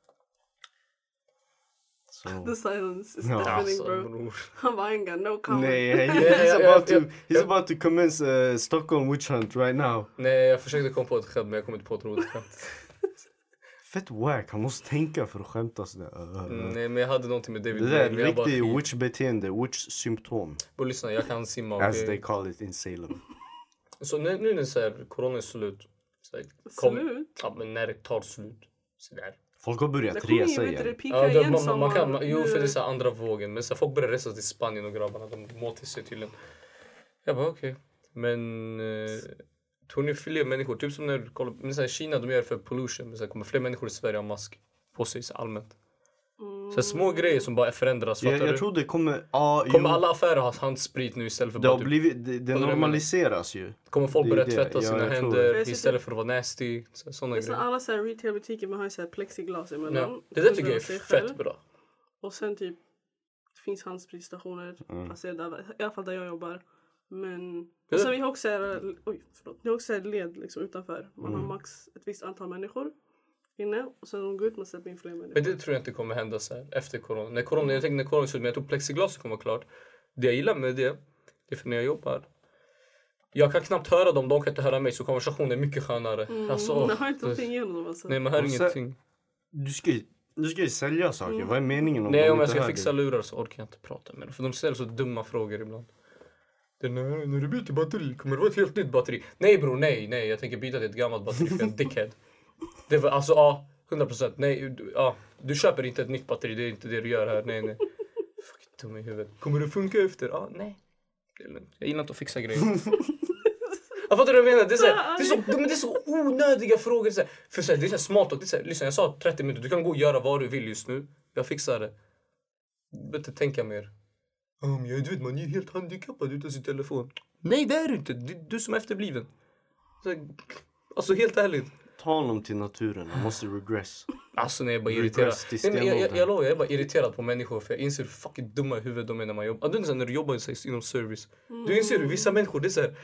So... The silence is Ja. deafening Alltså, bro. bror. Han bara, I ain't got no comment. Nej, he- Ja, he's, ja, about ja, to, ja. he's about to commence a Stockholm witch hunt right now. Nej, jag försökte komma på ett skämt, men jag kom inte på ett roligt skämt. Fett wack, han måste tänka för att skämta sådär. Mm, nej, men jag hade någonting med David Det där är Blaine, men jag bara riktigt skit. witch-beteende, witch-symptom. Och lyssna, jag kan simma. As okej? they call it in Salem. Så nu, nu när så här, corona är slut. Så här, kom, Slut? Ja, men när det tar slut. Så där. Folk har Det börjat kommer ju resa vet du, igen. pika Ja, det, igen man, man, man kan, sommar. man, jo, Nu- för det är så här andra vågen. Men så här, folk börjar resa till Spanien och grabbarna. De må till sig tydligen. Jag bara okej. Men eh, tror ni fler människor, typ som när du kollar, men så här, Kina de gör det för pollution. Men så här, kommer fler människor i Sverige ha mask på sig så här, allmänt. Mm, Så små grejer som bara förändras. Jag, fattar jag du? tror det kommer... Ja, Kommer jo, alla affärer ha handsprit nu istället för det bara har typ, blivit... Det, det Vad du normaliseras ju. kommer folk det är börja det. tvätta Ja, sina jag tror händer det. istället för att vara nasty. Så, såna Nästan grejer. alla så här retailbutiker man har ju så här plexiglas emellan. Ja. Det där tycker Kunden jag är och sig själv. fett bra. Och sen typ, det finns handspritstationer, Mm. placerade, i alla fall där jag jobbar. Men, Det- och sen vi har också, här, oj förlåt, vi har också ett led liksom utanför. Man Mm. har max ett visst antal människor inne och sen när de går ut man släpper in fler människor. Men det tror jag inte kommer hända så här efter corona. När corona, jag tänkte när corona så men jag tror plexiglaset kommer vara klart. Det jag gillar med det, det är för när jag jobbar. Jag kan knappt höra dem, de kan inte höra mig så konversationen är mycket skönare. Mm, Alltså, jag har inte någonting igenom dem alltså. nej man hör Och sen- ingenting. Du ska ju, du ska ju sälja saker. Mm. Vad är meningen om Nej de om jag inte ska hör fixa dig? lurar så orkar jag inte prata med dem. För de ställer så dumma frågor ibland. Det är, när, när du byter batteri kommer det vara ett helt nytt batteri. Nej bror, nej, nej. Jag tänker byta till ett gammalt batteri för en dickhead. Det var alltså ja, hundra procent. Nej, du, ja, du köper inte ett nytt batteri. Det är inte det du gör här. Nej, nej. Fucking dum i huvudet. Kommer det funka efter? Ja, nej. Det är lugnt. Jag gillar inte att fixa grejer. Jag fattar vad du menar. Det är så, här, det är så, men det är så onödiga frågor. Det är så här, för så här, det är så här smart talk. Det är så här, lyssna, jag sa trettio minuter. Du kan gå och göra vad du vill just nu. Jag fixar det. Bättre tänka mer. Um, jag vet, man är helt handikappad utan sin telefon. Nej, det är du inte. Det är du som är efterbliven. Så, här, alltså helt ärligt. Ta honom till naturen. Han måste regress. Alltså nej, jag är bara Regress irriterad. till Nej, men jag, jag, stenåldern. jag, lovar, jag är bara irriterad på människor för jag inser hur fucking dumma i huvudet de är när man jobbar. Du, när du jobbar så här, inom service. Du inser hur vissa människor, det är så här,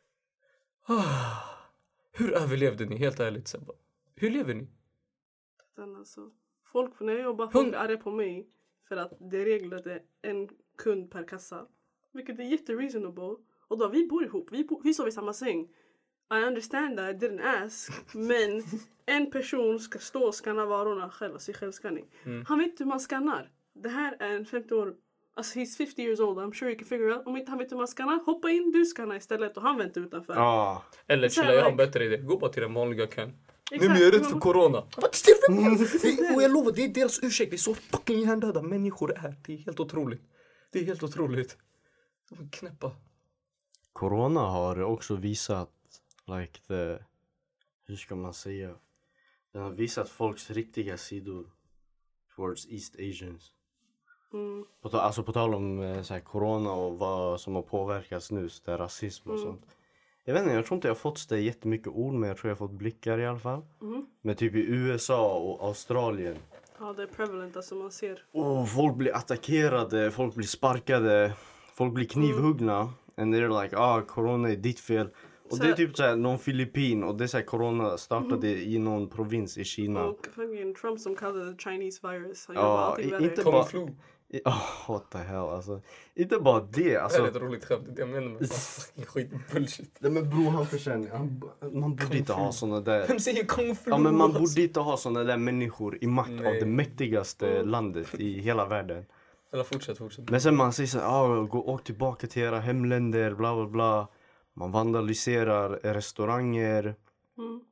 ah, hur överlevde ni helt ärligt? Så här, bara, hur lever ni? Den, alltså. Folk, när jag jobbar, folk Hund- blir arga på mig för att det är regel att det är en kund per kassa. Vilket är jättereasonable. Och då, vi bor ihop, vi, bo, vi sover i samma säng. I understand that, I didn't ask. Men en person ska stå och scanna varorna själv, alltså i självskanning. Mm. Han vet hur man skannar. Det här är en femtio år, alltså he's fifty years old, I'm sure you can figure out. Om inte han vet hur man skannar, hoppa in, du skannar istället och han väntar utanför. Ja. Eller Så här, chilla, jag har en like- bättre idé. Gå bara till den vanliga kön. Nej Exakt. men jag är rädd för corona. Vad ställer Och jag lovar, det är deras ursäkt. Det är så fucking hjärndöda människor är. Det är helt otroligt. Det är helt otroligt. De är knäppa. Corona har också visat, like the, hur ska man säga? Den har visat folks riktiga sidor towards East Asians. Mm. På ta, alltså på tal om eh, så här, corona och vad som har påverkats nu, så där, rasism och Mm. sånt. Jag vet inte, jag tror inte jag har fått så där jättemycket ord, men jag tror jag har fått blickar i alla fall. Mm. Men typ i U S A och Australien. Ja, det är prevalent, alltså man ser. Och folk blir attackerade, folk blir sparkade, folk blir knivhuggna. And they're like, ah, corona är ditt fel. Och Så det är här- typ såhär någon Filippin och det är såhär corona startade i någon provins i Kina. Och fucking Trump som kallade det Chinese virus. Han Ja, gör bara allting i- värre. inte Kung bara- flu. I- Oh, what the hell alltså. Inte bara det, Det här är alltså. ett roligt skämt. Jag menar med fucking skit bullshit. Nej men bror, han förtjänar, han, man borde inte ha såna där. Vem säger kung flu? Ja men man alltså? borde inte ha såna där människor i makt av Nej. det mäktigaste landet i hela världen. Eller fortsätt, fortsätt. Men sen man säger så här, ah, gå, åk tillbaka till era hemländer, bla bla bla. Man vandaliserar restauranger. Mm.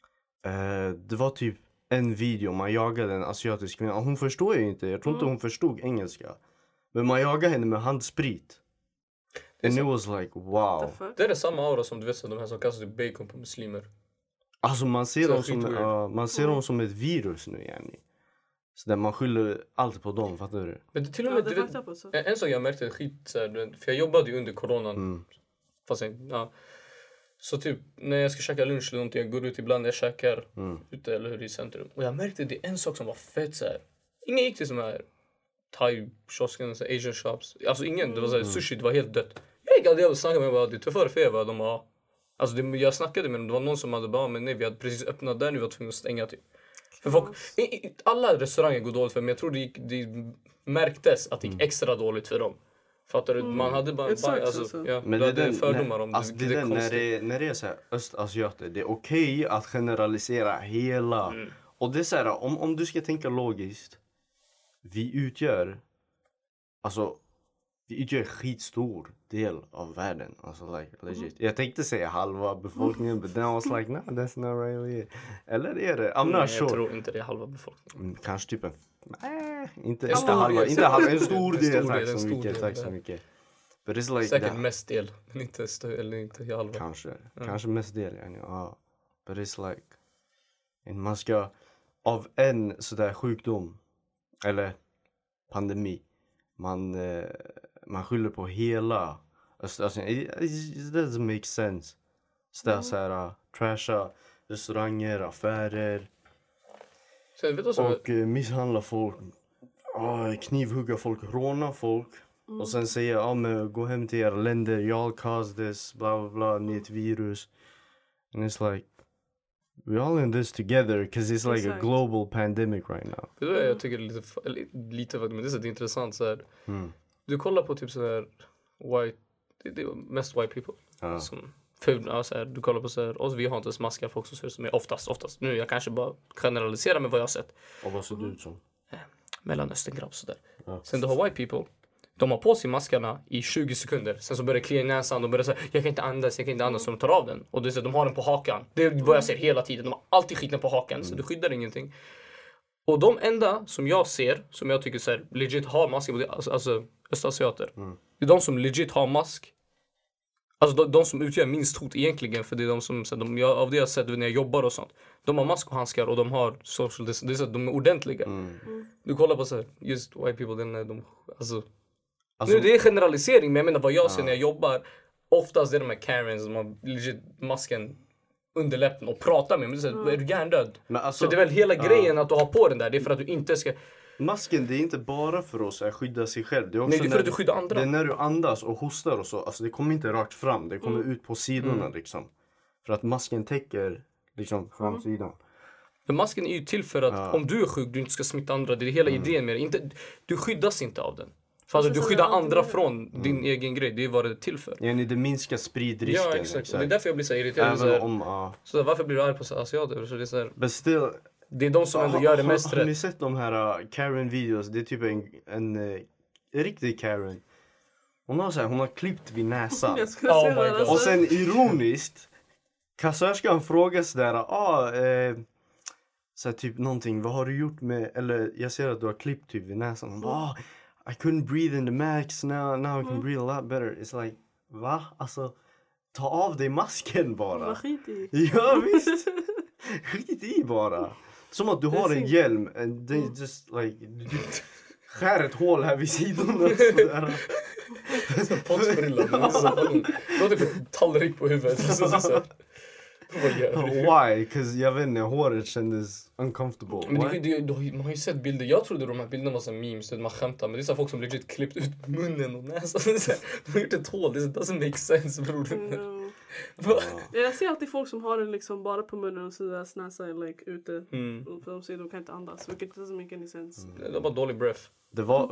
Eh, det var typ en video, man jagade en asiatisk kvinna. Hon förstår ju inte, jag tror inte Mm. hon förstod engelska. Men man jagade henne med handsprit. Det är And it så- was like The wow. fuck? Det är det samma aura som du vet så de här som kastar typ bacon på muslimer. Alltså man ser, Så dem som, skitweird. ja, man ser Mm. dem som ett virus nu yani. Så där man skyller allt på dem, fattar du? Men det, till och Ja, med, det du är vet, fucked up alltså. en, en sak jag märkte skit så här, du vet, för jag jobbade ju under coronan. Mm. Fast jag, ja. Så typ när jag ska käka lunch eller någonting, jag går ut ibland, jag käkar Mm. ute eller hur i centrum. Och jag märkte det är en sak som var fett så här. Ingen gick till såna här thai-kiosken, så här asian shops. Alltså ingen, det var så här, sushi, det var helt dött. Jag gick aldrig och snackade med dem, jag bara, det är tuffare för er va? De bara, alltså det, jag snackade med dem, det var någon som hade bara, men nej vi hade precis öppnat där, nu var tvungna att stänga typ. För folk, i, i, alla restauranger går dåligt för men jag tror det, gick, det märktes att det gick extra dåligt för dem. Fattar du? Man hade bara, It bara sucks alltså, alltså. ja, Men du det är hade den, fördomar när, om alltså det. det, Det är är den, när, konstigt. det, är- när det är så här östasiater, det är okej att generalisera hela. Mm. Och det är så här, om, om du ska tänka logiskt. Vi utgör, alltså, vi utgör en skitstor del av världen. Alltså like legit. Jag tänkte säga halva befolkningen, but then I was like, nah, that's not really it. Eller är det? I'm Nej, not jag sure. tror inte det är halva befolkningen. Mm, kanske typ en, nej, inte, En inte stor halva, del, inte halva, en en stor stor del, del, tack en så stor mycket, del, tack ja. så mycket. But it's like Säkert that. mest del, men inte stö- eller inte halva. Kanske, kanske mest del yani, ja. But it's like, en- man ska, av en sådär sjukdom, eller pandemi. Man, uh, man skyller på hela Östasien. It, it doesn't make sense. Så mm. så här, uh, trasha restauranger, affärer. Sen, vet du vad och uh, misshandla folk. Uh, knivhugga folk, råna folk. Mm. Och sen säga, ja ah, men gå hem till era länder, y'all caused this, bla bla bla, ni är ett virus. And it's like, we're all in this together, because it's like Exakt. a global pandemic right now. Det är jag tycker är lite, eller, lite men det är så intressant så här. Mm. Du kollar på typ så här white, det, det är mest white people. Ja. Som, för, ja, så här, du kollar på så här, oss, vi har inte ens maskar, folk som ser ut som är oftast, oftast. Nu jag kanske bara generaliserar med vad jag har sett. Och vad ser du ut som? Eh, Mellanöstern-grabb sådär. Ja. Sen du har white people. De har på sig maskarna i tjugo sekunder. Sen så börjar det klia i näsan. De börjar säga, jag kan inte andas, jag kan inte andas. Så de tar av den. Och det är så, de har den på hakan. Det är vad jag ser hela tiden. De har alltid skiten på hakan. Mm. Så det skyddar ingenting. Och de enda som jag ser, som jag tycker så här, legit har mask, alltså, alltså östasiater. Mm. Det är de som legit har mask. Alltså de, de som utgör minst hot egentligen. För det är de som, så de, jag, av det jag har sett när jag jobbar och sånt. De har mask och handskar och de har social distance. Det är så, de är ordentliga. Mm. Du kollar på så här, just white people, den är de, alltså... Alltså, nu det är generalisering, men jag menar vad jag ser ja. när jag jobbar. Oftast är de här Karens som har legit masken under läppen och pratar med. Men det är, mm. är du hjärndöd? Alltså, så det är väl hela ja. grejen att du har på den där. Det är för att du inte ska... Masken, det är inte bara för oss att skydda sig själv. Det är också Nej, det är för när, att du skyddar andra. Det är när du andas och hostar och så. Alltså det kommer inte rakt fram. Det kommer mm. ut på sidorna mm. liksom. För att masken täcker liksom framsidan. Mm. Men masken är ju till för att ja. om du är sjuk, du inte ska smitta andra. Det är hela mm. idén med det. Inte, du skyddas inte av den. För att du skyddar andra från mm. din egen grej. Det är vad det är till för. Ja, det minskar spridrisken. Ja, exakt. exakt. Det är därför jag blir så irriterad. Så, om, uh... så varför blir du arg på asiater? Så det, är så här... still... det är de som ändå uh, gör det mest rätt. Har ni sett de här uh, Karen-videos? Det är typ en, en, uh, en riktig Karen. Hon har, så här, hon har klippt vid näsan. oh och sen ironiskt, kassörskan frågar sådär, ah, eh, så här, typ någonting, vad har du gjort med, eller jag ser att du har klippt typ vid näsan. Hon bara, ah, I couldn't breathe in the max, now, now I can mm. breathe a lot better. It's like, va? Alltså, ta av dig masken bara. Vad skit i. Ja, visst. Skit i bara. Som att du har en hjälm. And they mm. just like, du skär ett hål här vid sidorna. Som pottfrillan. Du har typ en tallrik på huvudet. Så, så, så. Why? Because jag vet inte, håret kändes uncomfortable. Men det, det, det, man har ju sett bilder. Jag trodde de här bilderna var som memes, man skämtar. Men det är så folk som legit klippt ut munnen och näsan. De har gjort ett hål, det doesn't make sense, bror. No. Jag ser alltid folk som har den liksom bara på munnen och så deras näsa är like ute. Mm. För de säger att de kan inte andas, vilket doesn't make any sense. Mm. Det var dålig breath. Det var...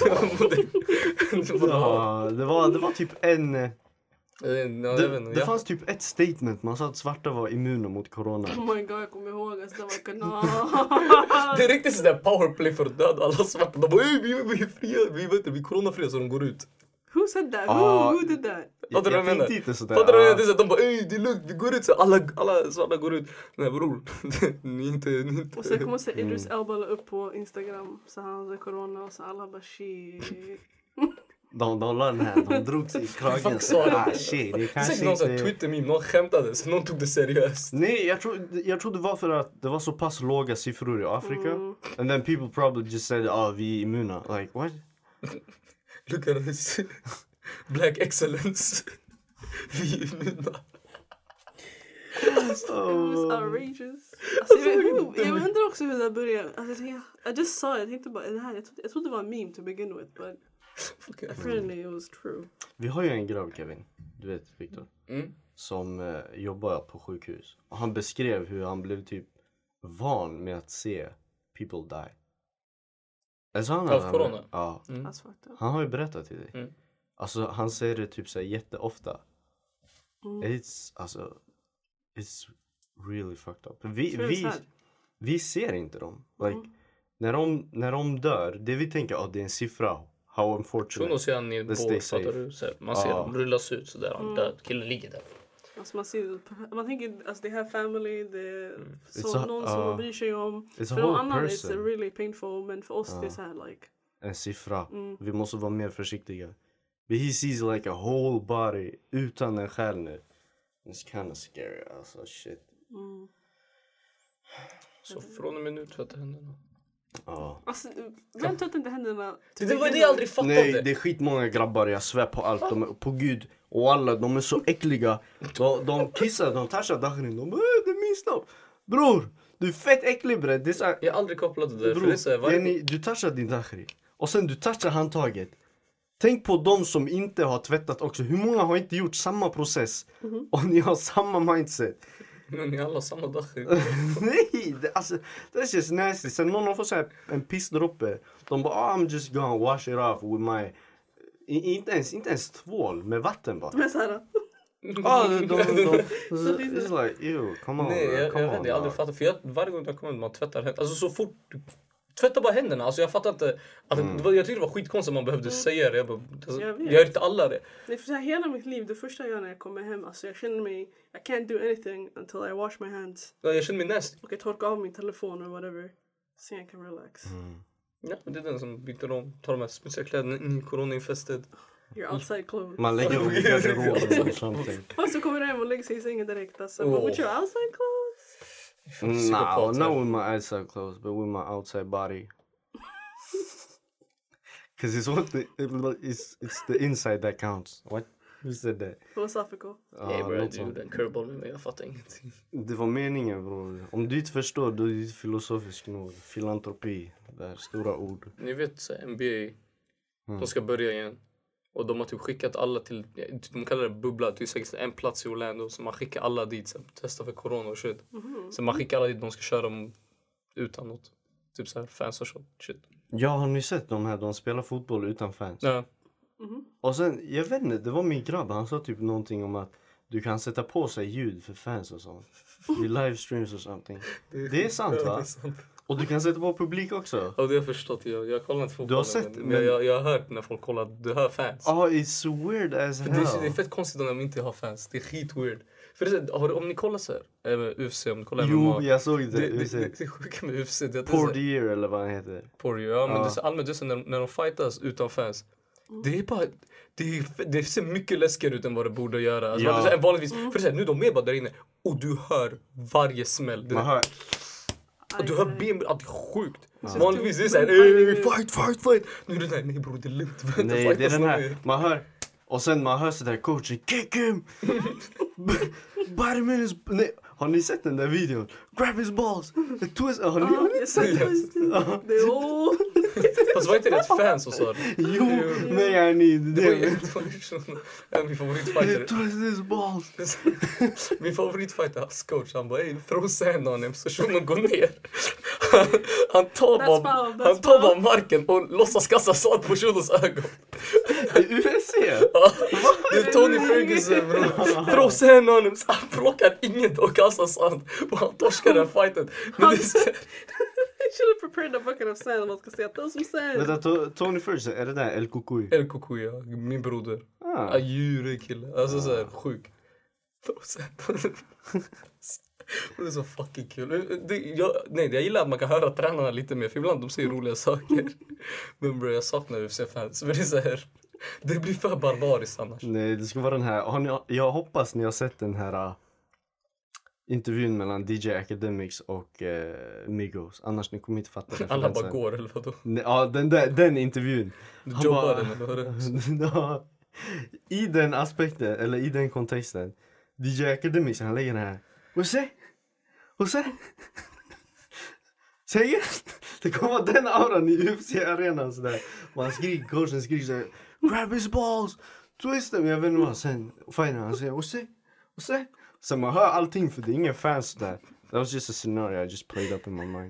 ja, det var, det var typ en... Det, no, det, det fanns typ ett statement. Man sa att svarta var immuna mot corona. Oh my god, jag kommer ihåg att det var kanal. Det är riktigt sådär powerplay för att döda alla svarta. De bara, vi, vi är fria, vi vet inte, vi är coronafria så de går ut. Who said that? Who, who did that? Fattar du vad jag menar? Inte sådär. Fattar du vad jag menar? De bara, ey det är lugnt, vi går ut så alla, alla svarta går ut. Nej bror, ni inte, ni inte. Och sen kommer se Idris Elba upp på Instagram. Så han hade corona och så alla bara shit. De, de la den här, de drog sig i kragen. Ah, shit, det kanske inte... Någon sån Twitter-meme, någon skämtade så någon tog det seriöst. Nej, jag tror, jag tror det var för att det var så pass låga siffror i Afrika. Mm. And then people probably just said, ah, oh, vi är immuna. Like, what? Look at this. Black excellence. Vi är immuna. It was outrageous. Alltså, jag, jag, jag undrar också hur det började. Alltså, jag, I just saw it. Jag tänkte bara, det här, jag, trodde, jag trodde det var en meme to begin with, but... Apparently it was true. Vi har ju en grabb, Kevin. Du vet, Victor. Mm. Som eh, jobbar på sjukhus. Och han beskrev hur han blev typ van med att se people die. Alltså han, Av corona? Ja. Mm. Han har ju berättat till dig. Mm. Alltså han säger det typ så här jätteofta. Mm. It's, alltså, it's really fucked up. Vi, vi, vi ser inte dem. Like, mm. när, de, när de dör, det vi tänker, oh, det är en siffra. How unfortunate. Så ser han i båt, fattar du? Så man ser ah. dem rullas ut sådär, han mm. död. Killen ligger där. Alltså man ser, man tänker, alltså det här family, det är mm. så, någon uh, som man bryr sig om. För någon annan är det really painful, men för oss uh. det är så här like... En siffra. Mm. Vi måste vara mer försiktiga. But he sees like a whole body utan en själ nu. It's kind of scary, alltså shit. Mm. Så från en minut för att det händer något. Ja. Alltså, vem tvättar inte händerna? Det var det jag aldrig fattade. Nej, det är skitmånga grabbar, jag svär på allt. De är, på Gud och alla, de är så äckliga. De, de kissar, de touchar Dakhrin. De bara, äh, det är min snopp. Bror, du är fett äcklig bre. Det är så här, Jag har aldrig kopplat det där. bror, För det är så här, det är varje... ni, du touchar din Dakhri. Och sen du touchar handtaget. Tänk på de som inte har tvättat också. Hur många har inte gjort samma process? Mhm. Och ni har samma mindset. Men ni alla har samma dag. Nej, det, alltså, that's just nasty. Sen någon har fått så här en pissdroppe. De bara, oh, I'm just gonna wash it off with my... I, inte, ens, inte ens tvål, med vatten bara. De är såhär. Ah, de, de, de, it's like, ew, come on. Nej, jag, come jag vet on, inte, jag har aldrig dog. fattat. För jag, varje gång jag kommer man tvättar händerna. Alltså så fort du tvättar bara händerna. Alltså jag fattar inte. Att, Mm. det var, jag tyckte det var skitkonstigt att man behövde säga det. Jag, bara, alltså, Jag jag vet. gör inte alla det. Nej, för så här, hela mitt liv, det första jag gör när jag kommer hem, alltså jag känner mig, I can't do anything until I wash my hands. Ja, jag känner mig nasty. Och jag torkar av min telefon eller whatever. Sen jag kan relax. Mm. Ja, det är den som byter om. Tar de här smutsiga kläderna in i coronainfested. You're outside clothes. Man lägger dem i garderoben eller something. Och så kommer du hem och lägger sig i sängen direkt. Alltså, Oh. but with your outside clothes? No, Psykopat, not här. with my outside clothes, but with my outside body. Cause it's what the, it's, it's the inside that counts. What? Who said that? Philosophical. Ja, Nej bro, något du sånt. gjorde en curveball med mig. Jag fattar ingenting. Det var meningen bror. Om du inte förstår, då är det filosofisk nog. Filantropi, det här stora ord. Ni vet så här, N B A. Mm. De ska börja igen. Och de har typ skickat alla till, de kallar det bubbla, det är säkert en plats i Orlando. Så man skickar alla dit, så testa för corona och shit. Mhm. Så man skickar alla dit, de ska köra dem utan något. Typ så här fans och shit. Ja, har ni sett de här? De spelar fotboll utan fans. Ja. Mhm. Och sen, jag vet inte, det var min grabb. Han sa typ någonting om att du kan sätta på sig ljud för fans och sånt. I livestreams och something. Det är sant Ja, va? det är sant. Och du kan sätta på publik också. Ja, det har jag förstått. Jag, jag kollar inte fotboll. Du har sett, men, men- jag, jag, jag har hört när folk kollar, du hör fans. Ja, oh, it's weird as För det, är, det är hell. fett konstigt om de inte har fans. Det är skitweird. För det är, så- har, du- om ni kollar så här, eh, U F C, om ni kollar M M A. Jo, jag såg det, det. det, det, det, det, det är sjuka med U F C. Det, är att det är så här- Portier eller vad han heter. Poirier, ja, men Ja. det är så allmänt det är så när, när de fightas utan fans. Det är bara, det, är, det ser mycket läskigare ut än vad det borde göra. Alltså, Ja. det är så här, vanligtvis, för det är så här, nu är de med bara där inne och du hör varje smäll. Det, Man hör. och du hör ben, att det är sjukt. Ja. Vanligtvis är det såhär, Fighting. "Ey, fight, fight, fight. Nu är det där, nej bror det är lugnt. Vänta, Nej, det är fightas den någon här. mer." Man hör. Och sen man hör sådär coachen. Kick him! Bite his... Nej, har ni sett den där videon? Grab his balls! A twist... Har ni, har Ja, ni jag sett sa den? Ja. det. Oh. Fast var inte det ett fan som sa det? Jo, nej jag ni. Det var ju Det det var ju så- en av min är favoritfighter. twist his balls. Min favoritfighter, hans coach, han bara ey, throw sand on him så personen går ner. Han, han tar That's bara, foul, that's han tar foul. bara marken och låtsas kasta sand på personens ögon. I U F C? Ja, det är Tony Ferguson bror. Throw sand on him. Så han plockar inget och kastar sand. Och han torskar den fighten. Men det är så, I should have prepared a bucket of sand. Man ska säga, throw some sand. Vänta, To- Tony Ferguson, är det där El Cucuy? El Kukuya, min broder. Ah. Ajure kille. Alltså såhär sjuk. Throw sand on him. Och det är så fucking kul. Det, jag, nej, jag gillar att man kan höra tränarna lite mer. För ibland de säger roliga saker. Men bro, jag saknar U F C-fans. Men det är så här. Det blir för barbariskt annars. Nej, det ska vara den här. Har ni, jag hoppas ni har sett den här uh, intervjun mellan D J Academics och uh, Migos. Annars ni kommer inte fatta det. Alla bara går eller vadå? Nej, ja, den, där, den intervjun. Du Han jobbade bara- med det. Ja. I den aspekten, eller i den kontexten. D J Academics, han lägger den här. Vad säger? Vad säger? Säger? Det kommer vara den auran i U F C-arenan sådär. Och han skriker, coachen skriker såhär. Grab his balls! Twist them! Jag vet inte vad. Sen fighten han säger, vad säger? Vad säger? Så man hör allting för det är ingen fans där. That was just a scenario I just played up in my mind.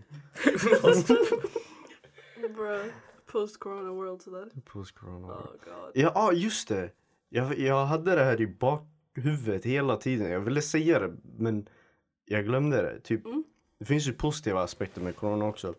Bruh. Post-corona world sådär. Post-corona. Oh god. Ja, ah, just det. Jag, jag hade det här i bakhuvudet hela tiden. Jag ville säga det, men jag glömde det. Typ, Mm. det finns ju positiva aspekter med corona också.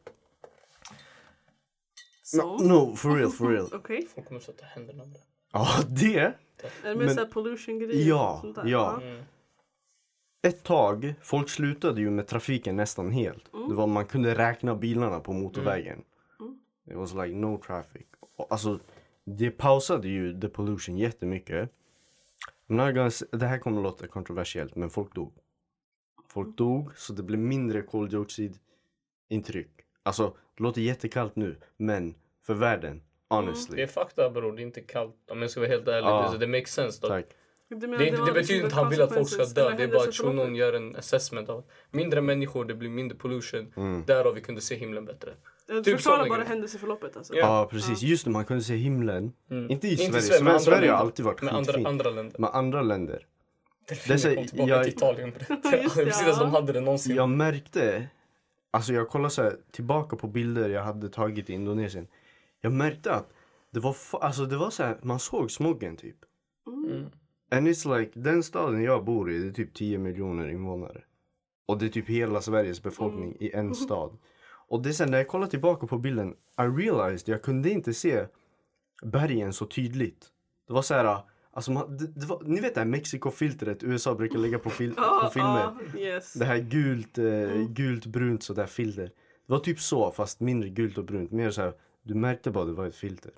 Så? No, no, for real, for real. Okej. Folk kommer sätta händerna där. Ja, det. Är det mer Men- såhär pollution-grejer? Ja, och sånt där? ja. Mm. Ett tag, folk slutade ju med trafiken nästan helt. Mm. Det var, man kunde räkna bilarna på motorvägen. Mm. It was like no traffic. Och, alltså, det pausade ju the pollution jättemycket. I'm not gonna say, det här kommer låta kontroversiellt, men folk dog. Folk dog, så det blev mindre koldioxidintryck. Alltså, det låter jättekallt nu, men för världen, honestly. Det är fakta bror, det är inte kallt. Om jag ska vara helt ärlig, Ja. alltså, det makes sense då. Tack. Det, Det, är inte, det betyder inte att han vill att folk ska dö. Det är bara att shunon gör en assessment av mindre människor, det blir mindre pollution. Mm. Därav vi kunde se himlen bättre. Jag Typ förklarar sådana bara grejer. händelseförloppet alltså. Ja. Ja, precis. Just det, man kunde se himlen. Mm. Inte i Inte Sverige. Sverige, Sverige, men andra Sverige har länder. alltid varit Med andra, skitfint. andra länder. Med andra länder. Delfiner säger- kom tillbaka jag- till Italien. Ja, just det, Precis ja. som de hade det någonsin. Jag märkte, alltså jag kollade så här, tillbaka på bilder jag hade tagit i Indonesien. Jag märkte att det var, fa- alltså det var så här, man såg smoggen typ. Mm. And it's like, den staden jag bor i, det är typ tio miljoner invånare. Och det är typ hela Sveriges befolkning i en stad. Och det är sen när jag kollade tillbaka på bilden, I realized jag kunde inte se bergen så tydligt. Det var så här, alltså man, det, det var, ni vet det här Mexiko-filtret U S A brukar lägga på, fil, på Ja, filmer. ja, yes. Det här gult, eh, gult, brunt sådär filter. Det var typ så, fast mindre gult och brunt. Mer så här, du märkte bara att det var ett filter.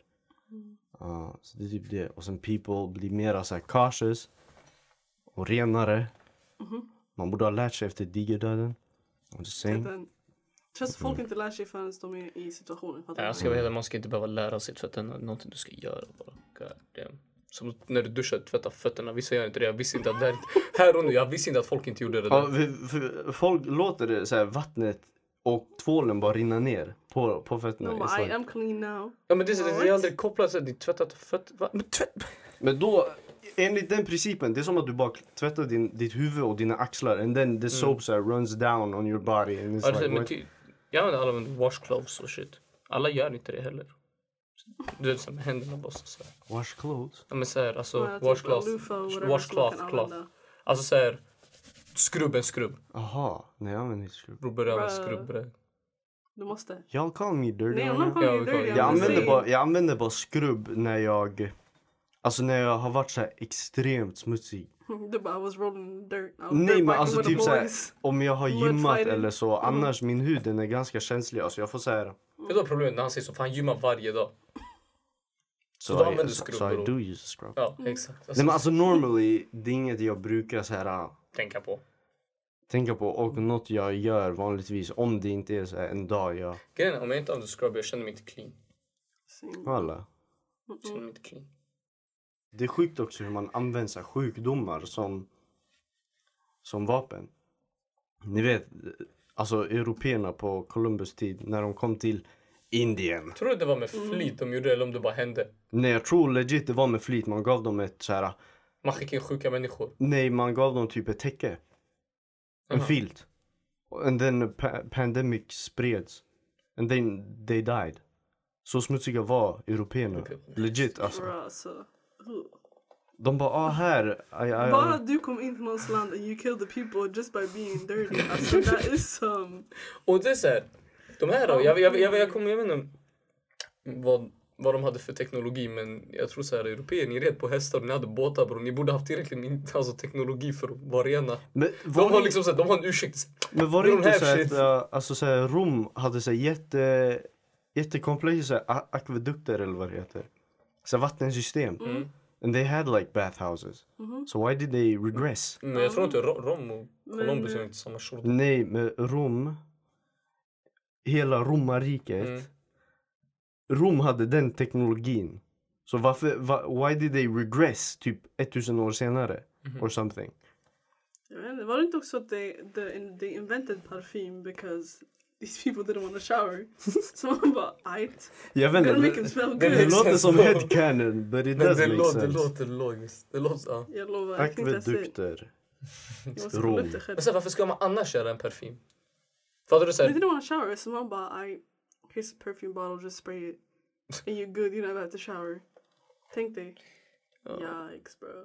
Ja, så det är typ det. Och sen people blir mera så här cautious och renare. Man borde ha lärt sig efter digerdöden. I'm just saying. Den- Känns folk inte lär sig förrän de är i situationen. Fattar Ja, du? jag ska vara helt ärlig, man ska inte behöva lära sig tvätta någonting du ska göra bara. God damn. Som när du duschar, tvätta fötterna. Vissa gör inte det. Jag visste inte att det här, här och nu, jag visste inte att folk inte gjorde det Ja, där. för, för folk låter det så här, vattnet och tvålen bara rinna ner på, på fötterna. De It's bara, I like- am clean now. Ja men det, är- det, det är What? aldrig kopplat till att tvätta fötter. Va? Men tvätt... Men då, enligt den principen, det är som att du bara tvättar din, ditt huvud och dina axlar and then the soap så här, runs down on your body. And it's Ja, like, det, men what? ty, jag använder alla använder washcloths och shit. Alla gör inte det heller. Du vet så med händerna bara så här. Wash clothes? Ja men såhär, alltså Ja, typ washcloth, loofah och whatever washcloth, som man kan cloth. använda. Alltså såhär, skrubb en skrubb. Aha, nej jag använder inte skrubb. Bror börja med Bruh. skrubb bre. Du måste. Y'all call me dirty. Nej, I'm right not now. calling Ja, you vi dirty. kollar. jag, I'm använder saying. bara, jag använder bara skrubb när jag, alltså när jag har varit så här extremt smutsig. Du bara, I was rolling dirt. I was Nej dirt men biking alltså with the typ såhär, boys. om jag har Mud gymmat fighting. eller så, annars min hud den är ganska känslig. Alltså jag får såhär. Vet du vad problemet är när han säger så? För han gymmar varje dag. Så då I- använder du så- skrubb, Så I bro. do use a scrub. Ja exakt. Alltså, Nej men alltså normally, det är inget jag brukar så här äh, tänka på. tänka på. Och något jag gör vanligtvis, om det inte är så här en dag jag, Grejen är, om jag inte använder scrub, jag känner mig inte clean. Same. alla. Jag känner mig inte clean. Det är sjukt också hur man använder så här sjukdomar som, som vapen. Ni vet, alltså européerna på Columbus tid, när de kom till Indien. Tror du det var med flit de gjorde det eller om det bara hände? Nej, jag tror legit det var med flit. Man gav dem ett så här, Man skickar in sjuka människor. nej man gav dem typ ett täcke. En Aha. filt. And then pa- pandemic spreds. And then they died. Så smutsiga var européerna. Legit alltså. Bra, alltså. Ugh. De bara, ah här. I, I, Bara du kom in till någons land and you killed the people just by being dirty. Alltså that is some... Och det är såhär, de här då, jag, jag, jag, jag kommer, jag vet inte vad, vad de hade för teknologi, men jag tror såhär, europeer, ni red på hästar och ni hade båtar bro, ni borde haft tillräckligt med alltså, teknologi för att vara rena. men, De var har det, liksom såhär, de har en ursäkt. men var det de inte här så shit. att uh, alltså, så här, Rom hade så här, jätte, jättekomplexa så här, a- akvedukter eller vad det heter. Så här, vattensystem. Mm. And they had like bathhouses. So why did they regress? Men jag tror inte Ro- Rom och Columbus Men- är inte samma short. Nej, med Rom, hela romarriket, Mm. Rom hade den teknologin. Så varför, va, why did they regress typ tusen år senare? Or something. Jag vet inte, var det inte också att they, they, they invented parfym because these people didn't want to shower? Så man bara, aight. Jag vet Gonna make inte, them det, smell det good. det makes låter sense som though. headcanon, but it Men does det, make låter, det sense. låter logiskt. Det låter, ja. Jag lovar, I think that's it. Akvedukter. Jag måste Rom. kolla upp det själv. Men sen, varför ska man annars göra en parfym? Fattar du They såhär? didn't want to shower, so man bara, I, here's a perfume bottle, just spray it. And you're good, you never have to shower. Tänk dig. Yikes bro.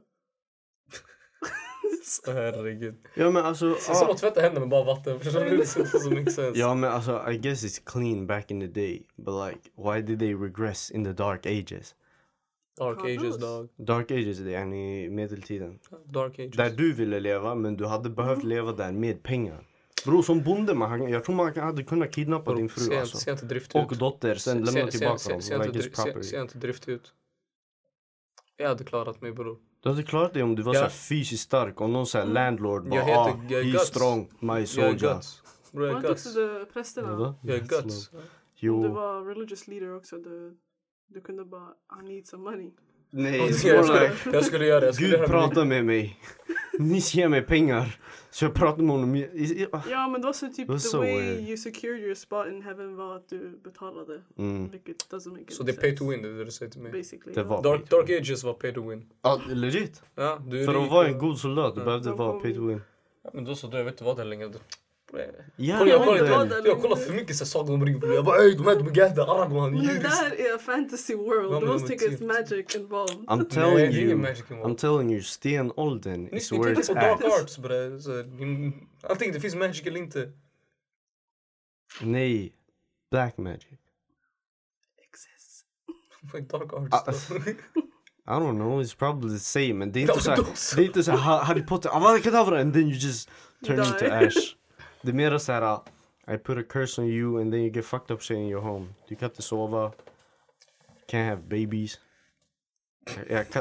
Så herregud. Ja men alltså, Det är som ah, att tvätta händerna med bara vatten. Förstår du? Det doesn't make sense. ja men alltså I guess it's clean back in the day. But like, why did they regress in the dark ages? Dark God ages knows. dog. Dark ages, det är i medeltiden. Dark ages. Där du ville leva, men du hade behövt leva där med pengar. Bro, som bonde, man, jag tror man hade kunnat kidnappa din fru Ser alltså. ser inte drift ut. Och dotter, sen lämna tillbaka dem. Ser Like inte his dri- ser- property. ser inte drift ut. Jag hade klarat mig bror. Du hade klarat det om du var Ja. så här fysiskt stark och någon sån här landlord bara Jag heter- ah, jag är he's guts. strong, my Jag är soldier. guts. Bro, jag Var är inte också guts. det prästerna? Vadå? Jag är guts. Om du Jo, var religious leader också, du, du kunde bara I need some money. nej, Jag it's more skulle, like jag skulle göra det. Jag skulle Gud göra pratar med mig. Ni ger mig pengar. Så jag pratar med honom. I- i- Ja, men det var så typ Det var the så way weird. you secured your spot in heaven var att du betalade. Mm. Vilket doesn't make any Så det är sense. pay to win, det är det du säger till mig. Basically. Det ja. var- Dark, Dark Ages var pay to win. Ja, legit. Ja, du är För rik att vara och- en god soldat, du Ja. behövde De vara kom- pay to win. Ja, men då så, då jag vet inte vad det är längre. Ja, Kolla, jag, vet kollar, inte vad jag, det är jag kollar för mycket så Sagan om ringen. Jag bara ey, de här de är gadda, Aragorn, Men det jurist. där är a fantasy world. Ja, Du men måste de är tänka typ- it's magic involved. I'm Nej, telling det är ingen you. magic involved. I'm telling you, stenåldern Ni is ska where inte it's på Dark at. Arts bre. Så, mm, antingen det finns magic eller inte. Nej, black magic. Exists. Vad är Dark Ah, Arts då? I don't know, it's probably the same. Men det är inte Ja, så här, men också. det är inte så här Harry Potter, Avada Kedavra, and then you just turn Die. into ash. Det är mer så här, I put a curse on you and then you get fucked up shit in your home. Du kan inte sova. Can't have babies. Jag, jag kan...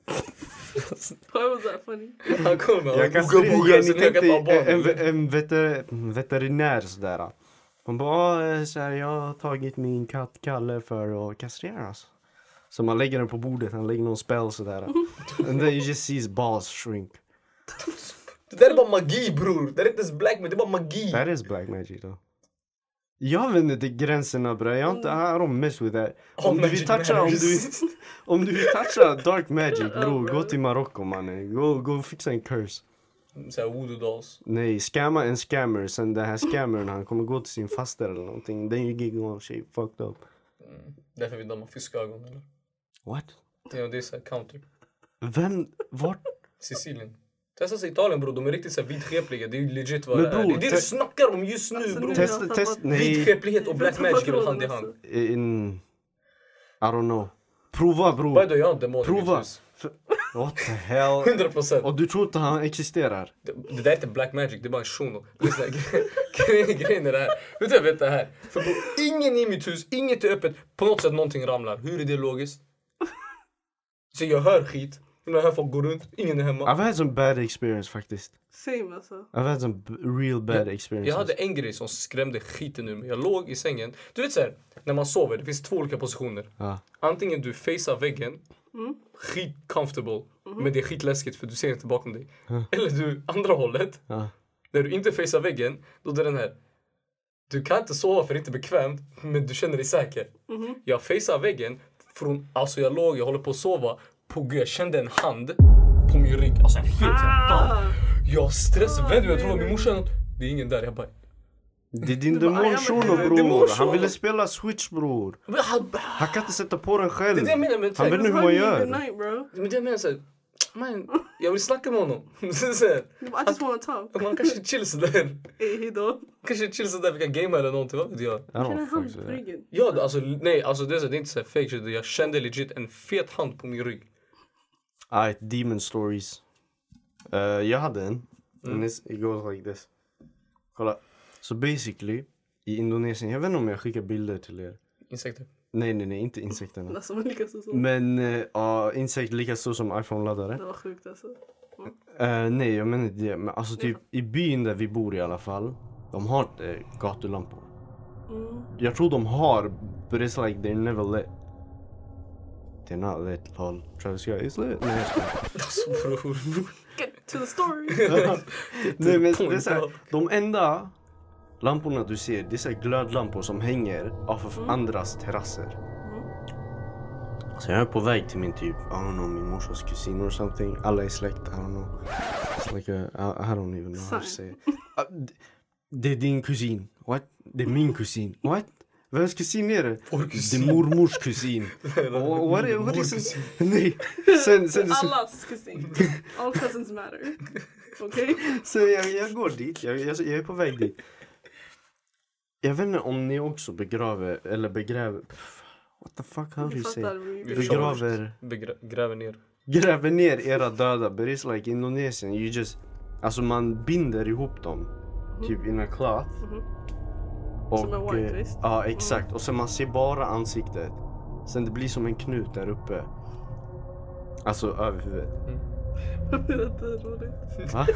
Why was that funny? Han kommer med Jag kan boga boga, ni sen jag kan ta tänkte en, barn. en veter, veterinär sådär. Man bara, "Ah, så här, jag har tagit min katt Kalle för att kastreras. Så man lägger den på bordet, han lägger någon spell sådär. And then you just see his balls shrink. Det där är bara magi bror. Det är inte ens black men det är bara magi. That is black magic då. Jag vet inte till gränserna bre, jag har inte, I don't mess with that. All Om du vill magic toucha, om matters. du, om du vill toucha dark magic Ja, bro, bro. gå till Marocko mannen. Gå, gå och fixa en curse. Såhär voodoo dolls. Nej, scamma en scammer, sen den här scammern han kommer gå till sin faster eller någonting. Then you get going shit fucked up. Mm. Därför vill de ha fiskögon eller? What? Det är, det är såhär counter. Vem, vart? Sicilien. Testa sig Italien bror, de är riktigt såhär vidskepliga. Det är ju legit vad Men det är. bror, Det är det te- du snackar om just nu Alltså, bror. nu- Test, jag har test, tappat- nej. Vidskeplighet och black Jag tappar magic går hand i tråden, hand. alltså. In, I don't know. Prova By bror. the way, jag har en demon i Prova. mitt hus. What the hell? hundra procent. Och du tror inte han existerar? Det, det där är inte black magic, det är bara en shuno. Lyssna, grejen, grejen är det här. Vet du jag vet det här? För bro, ingen i mitt hus, inget är öppet. På något sätt någonting ramlar. Hur är det logiskt? Så jag hör skit. Jag hör folk gå runt, ingen är hemma. I've had some bad experience faktiskt. Same alltså. I've had some b- real bad Jag experiences. hade en grej som skrämde skiten ur mig. Jag låg i sängen. Du vet såhär, när man sover, det finns två olika positioner. Ja. Antingen du facear väggen, Mm. skit comfortable, men det är skitläskigt för du ser inte bakom dig. Ja. Eller du, andra hållet, Ja. när du inte facear väggen, då är det den här. Du kan inte sova för det är inte bekvämt, men du känner dig säker. Mhm. Jag facear väggen, från, alltså jag låg, jag håller på att sova, på gud, jag kände en hand på min rygg, alltså en fet Ah! ah. Jag stressade, Ah, vänta jag tror det var nej, min morsa. Det är ingen där, jag bara. Det är din Du bara, "Ah, ja, men demonshuno det är bror. demonshuno." Han ville spela switch bror. Men han, Han kan inte sätta på den själv. det är det jag menar med Han vet text. nu hur man Good gör. night bro. Men det jag menar såhär, man, jag vill snacka med honom. Så här, I just wanna talk. man kanske chill sådär. Ey hejdå. Kanske chill sådär, vi kan gamea eller någonting, vad vet jag. I Känner don't en fuck hand with på that. ryggen. Ja, alltså nej, alltså det är, så, det är inte så här fake shit. Jag kände legit en fet hand på min rygg. Alright, demon stories. Uh, jag hade en. Mm. And it's, it goes like this. Kolla. Så basically, i Indonesien, jag vet inte om jag skickar bilder till er. Insekter. Nej, nej, nej, inte insekterna. Alltså man lyckas så. Men uh, uh, insekt lika stor som iPhone-laddare. Det var sjukt alltså. Uh, nej, jag menar inte det. Men alltså typ i byn där vi bor i alla fall. De har uh, gatulampor. Mm. Jag tror de har, but it's like they're never lit. They're not lit, lol. Travis Scott is lit. Nej, jag skojar. Alltså bror. Get to the story. Nej men det är Point såhär, out. de enda lamporna du ser, det är såhär glödlampor som hänger av av Mm. andras terrasser. Mm. Så jag är på väg till min typ, I don't know, min morsas kusin or something. Alla är släkt, I don't know. It's like a, I, I don't even know how to say it. Uh, d- det är din kusin. What? Det är min kusin. What? Vems kusin är det? Vår kusin. Det är mormors kusin. Oh, what is, what Vår is kusin. Nej. Sen, sen, sen, Allas kusin. All cousins matter. Okej? Så jag, jag går dit, jag, jag, jag är på väg dit. Jag vet inte om ni också begraver, eller begräver, what the fuck, how do Vi you say? fattar. Vi Vi vi- Begraver, Begra- gräver ner. gräver ner era döda, but it's like Indonesien, you just, alltså man binder ihop dem, typ in a cloth. Mhm. Och, Som en white, eh, visst? ja exakt, och sen man ser bara ansiktet. Sen det blir som en knut där uppe. Alltså över huvudet. Mm. Det är roligt. Va?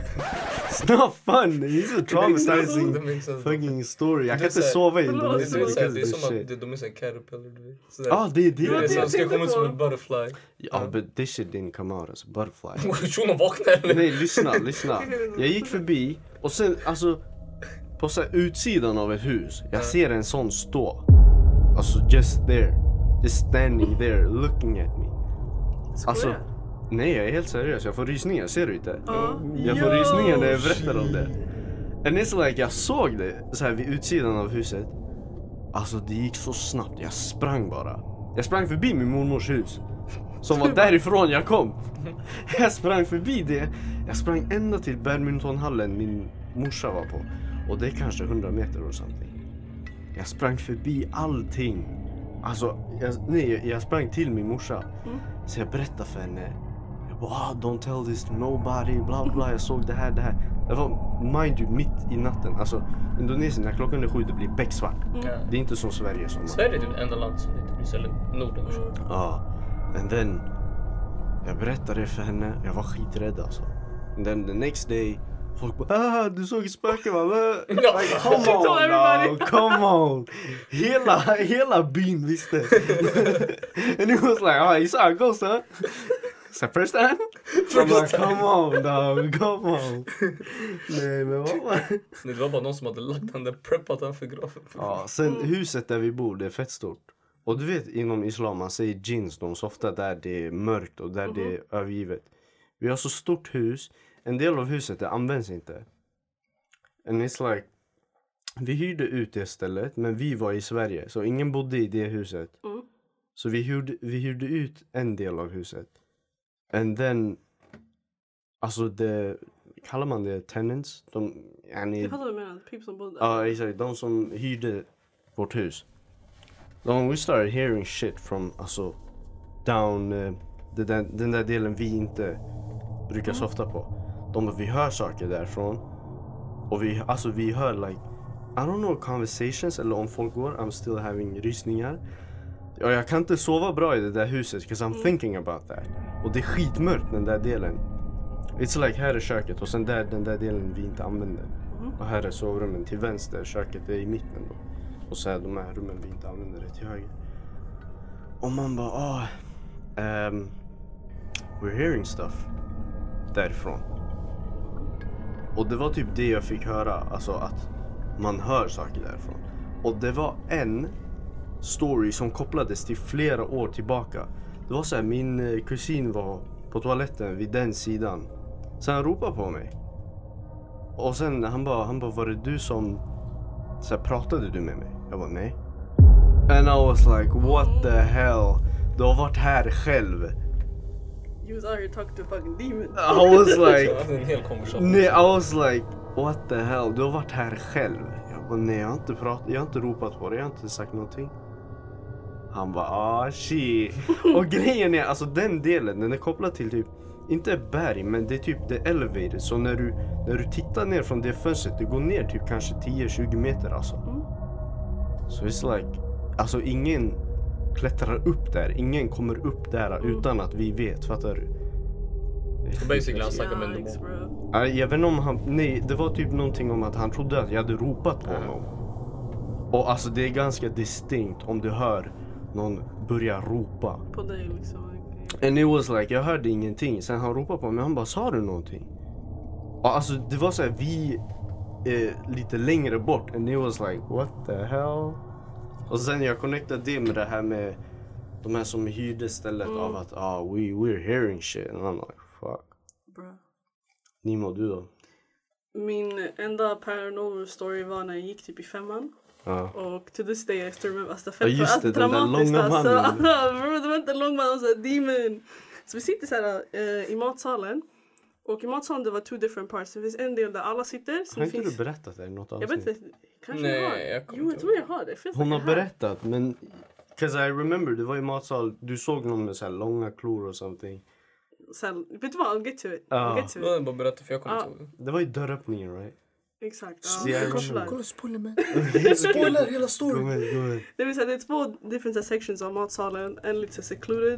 It's not fun. It's a traumatizing Det makes sense. fucking story. Jag Det kan är inte så här- sova i Förlåt, Det är, Indonesien så här, because det är of this som att shit. det- de är såhär caterpillar, du vet. Så Ja, där. det är Det är det. så, de ska komma ut som på. en butterfly. Ja, but this shit didn't come out as a butterfly. Shunon vaknar eller? Nej, lyssna, lyssna. Jag gick förbi och sen, alltså, på så här, utsidan av ett hus, jag ser en sån stå. Alltså, just there. Just standing there, looking at me. Alltså, Skojar? nej, jag är helt seriös. Jag får rysningar, ser du inte? Ja. Jag får Yo, rysningar när jag berättar om det. And it's like, jag såg det så här vid utsidan av huset. Alltså, det gick så snabbt. Jag sprang bara. Jag sprang förbi min mormors hus. Som var därifrån jag kom. Jag sprang förbi det. Jag sprang ända till badmintonhallen min morsa var på. Och det är kanske hundra meter eller something. Jag sprang förbi allting. Alltså, jag, nej, jag sprang till min morsa. Mm. Så jag berättade för henne. Jag bara, ah, don't tell this to nobody, bla bla. Jag såg det här, det här. Det var, mind you, mitt i natten. Alltså, Indonesien, när klockan är sju, det blir becksvart. Ja. Det är inte som Sverige som... Sverige är typ det enda land som inte blir så, eller Norden och så. Ja, and then jag berättade det för henne, jag var skiträdd alltså. And then the next day, folk bara ah, du såg ett spöke va? Like, come Tell on everybody. now, come on. Hela, hela byn visste. And it was like, ah, you saw a ghost huh? So first time? I'm like, come on dog, come on. Nej men vad var det? Nej, det var bara någon som hade lagt den där preppat den för grafen. Ja, sen huset där vi bor, det är fett stort. Och du vet inom islam, man säger djinns, de softar där det är mörkt och där det är övergivet. Vi har så stort hus, en del av huset det används inte. And it's like, vi hyrde ut det stället, men vi var i Sverige, så ingen bodde i det huset. Mm. Så vi hyrde, vi hyrde ut en del av huset. And then, alltså det, kallar man det tenants? De, yani, Jag fattar vad du menar. People som bodde Ja, exakt. De som hyrde vårt hus. De, we started hearing shit from, alltså, down, uh, den, där, den där delen vi inte brukar softa på. De, vi hör saker därifrån. Och vi, alltså vi hör like, I don't know conversations eller om folk går, I'm still having rysningar. Och jag kan inte sova bra i det där huset, because I'm thinking about that. Och det är skitmörkt den där delen. It's like, här är köket och sen där, den där delen vi inte använder. Och här är sovrummen till vänster, köket är i mitten då. Och så är de här rummen vi inte använder det till höger. Och man bara, ah, um, we're hearing stuff därifrån. Och det var typ det jag fick höra, alltså att man hör saker därifrån. Och det var en story som kopplades till flera år tillbaka. Det var så här, min eh, kusin var på toaletten vid den sidan. Sen han ropade på mig. Och sen han bara, han bara, var det du som, så här, pratade du med mig? Jag bara, nej. And I was like, what the hell? Du har varit här själv. You was out here talking to a fucking demon. I was Jag like, hade en hel konversation. nej, I was like, what the hell? Du har varit här själv. Jag bara, nej, jag har inte pratat, jag har inte ropat på dig, jag har inte sagt någonting. Han bara, ah shit. Och grejen är, alltså den delen, den är kopplad till typ, inte berg, men det är typ the elevator. Så när du, när du tittar ner från det fönstret, det går ner typ kanske tio tjugo meter alltså. Mm. Så it's like, alltså ingen klättrar upp där, ingen kommer upp där Mm. utan att vi vet, fattar du? Så basically han snackade med en Yikes, demon. bro. Ja, jag vet inte om han, nej, det var typ någonting om att han trodde att jag hade ropat på honom. Och alltså det är ganska distinkt om du hör någon börja ropa. På dig liksom. And it was like, jag hörde ingenting. Sen han ropade på mig, han bara, sa du någonting? Och alltså det var så här, vi är lite längre bort. And it was like, what the hell? Och sen jag connectade det med det här med de här som hyrde stället Mm. av att, ah, we, we're hearing shit. And I'm like, fuck. Bro. Nimo, du då? Min enda paranormal story var när jag gick typ i femman. Ja. Och to this day I still remember. Alltså, Ja, fett, just alltså, det, den där dramatiskt, långa alltså. mannen. Bro, det var inte en lång man, alltså demon. Så vi sitter så här uh, i matsalen. Och i matsalen det var two different parts. Det finns en del där alla sitter. Så Har det inte finns... du berättat det i något Jag avsnitt? vet inte, kanske Nej, jag har. jag kommer Jo, jag inte tror jag har det. det finns Hon har like här. berättat, men... Cause I remember, det var i matsal, du såg någon med så här långa klor och something. Så här, vet du vad? I'll get to it. Ja. I'll get to Jag it. bara berätta för jag kommer Ja. inte ihåg det. Det var i dörröppningen, right? Exakt. Så Ja, jag jag kopplar. remember. spoiler man. Spoiler hela Go ahead, go ahead. Det vill säga det är två different sections av matsalen. En lite så secluded.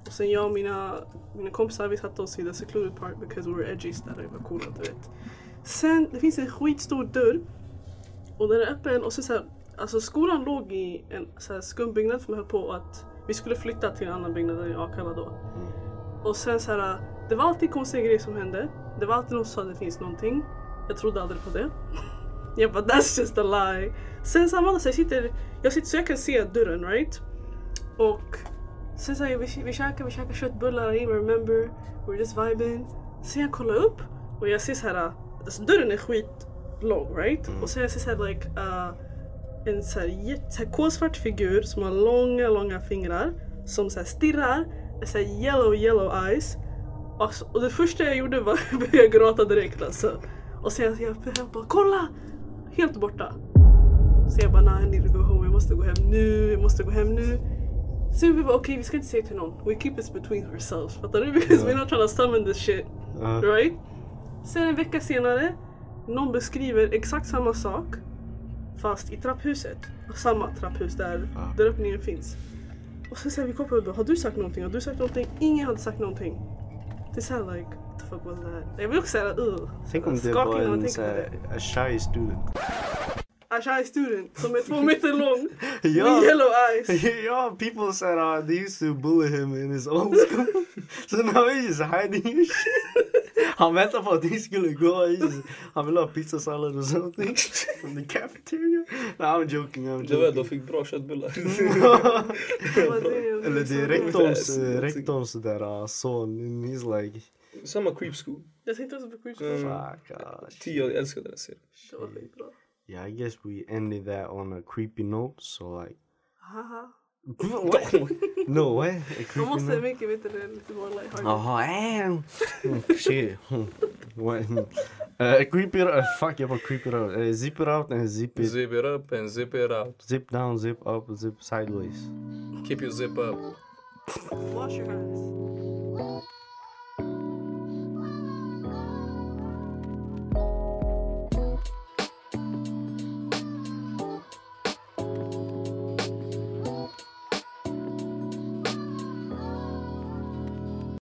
Och sen jag och mina, mina kompisar, vi satte oss i the secluded part because we were edgies där, det var coola, du vet. Sen, det finns en skitstor dörr och den är öppen och så, så här, alltså skolan låg i en så här skum byggnad som höll på att vi skulle flytta till en annan byggnad i Akalla då. Och sen så här, det var alltid konstiga grejer som hände. Det var alltid någon som sa att det finns någonting. Jag trodde aldrig på det. Jag bara, that's just a lie. Sen samma så jag sitter, jag sitter så jag kan se dörren, right? Och sen så här, vi, vi käkar, vi käkar köttbullar, I remember, we're just vibing. Sen jag kollar upp och jag ser så här, alltså dörren är skitlång, right? Och sen jag ser så här, like, uh, en så här, jätte, så här kolsvart figur som har långa, långa fingrar. Som så här stirrar, så här yellow, yellow eyes. Och, så, och det första jag gjorde var att börja gråta direkt alltså. Och sen jag, jag, jag bara, kolla! Helt borta. Så jag bara, nah, I need to go home, jag måste gå hem nu, jag måste gå hem nu. Så vi bara, okej, okay, vi ska inte säga till någon. We keep this between ourselves. Fattar du? Because yeah. we're not trying to summon this shit. Uh. Right? Sen en vecka senare, någon beskriver exakt samma sak. Fast i trapphuset. Samma trapphus där uh. där öppningen finns. Och sen säger vi kopplar och bara, har du sagt någonting? Har du sagt någonting? Ingen hade sagt någonting. Det är såhär like, what the fuck was that? Jag vill också säga, uh. Tänk om det var en såhär, a shy student. A shy student som är två meter lång. Ja. With yellow eyes. Ja, people said uh, they used to bully him in his old school. So now he's just hiding his shit. Han väntar på att de skulle gå. Han vill ha pizzasallad or something. From the cafeteria. No, I'm joking, I'm joking. Det var de fick bra köttbullar. Eller det är rektorns, rektorns där uh, son. He's like... Samma creep school. Jag tänkte också på creep school. Mm. Fuck, uh, Tio, jag älskar den serien. Det var väldigt bra. Yeah, I guess we ended that on a creepy note, so like... Haha. What? No way. Man måste mycket veta det lite more lighthearted. Jaha, and shit. What? Uh, creep it up. Fuck, jag bara creep it up. Uh, zip it out and zip it. Zip it up and zip it out. Zip down, zip up, zip sideways. Keep your zip up. Wash your hands.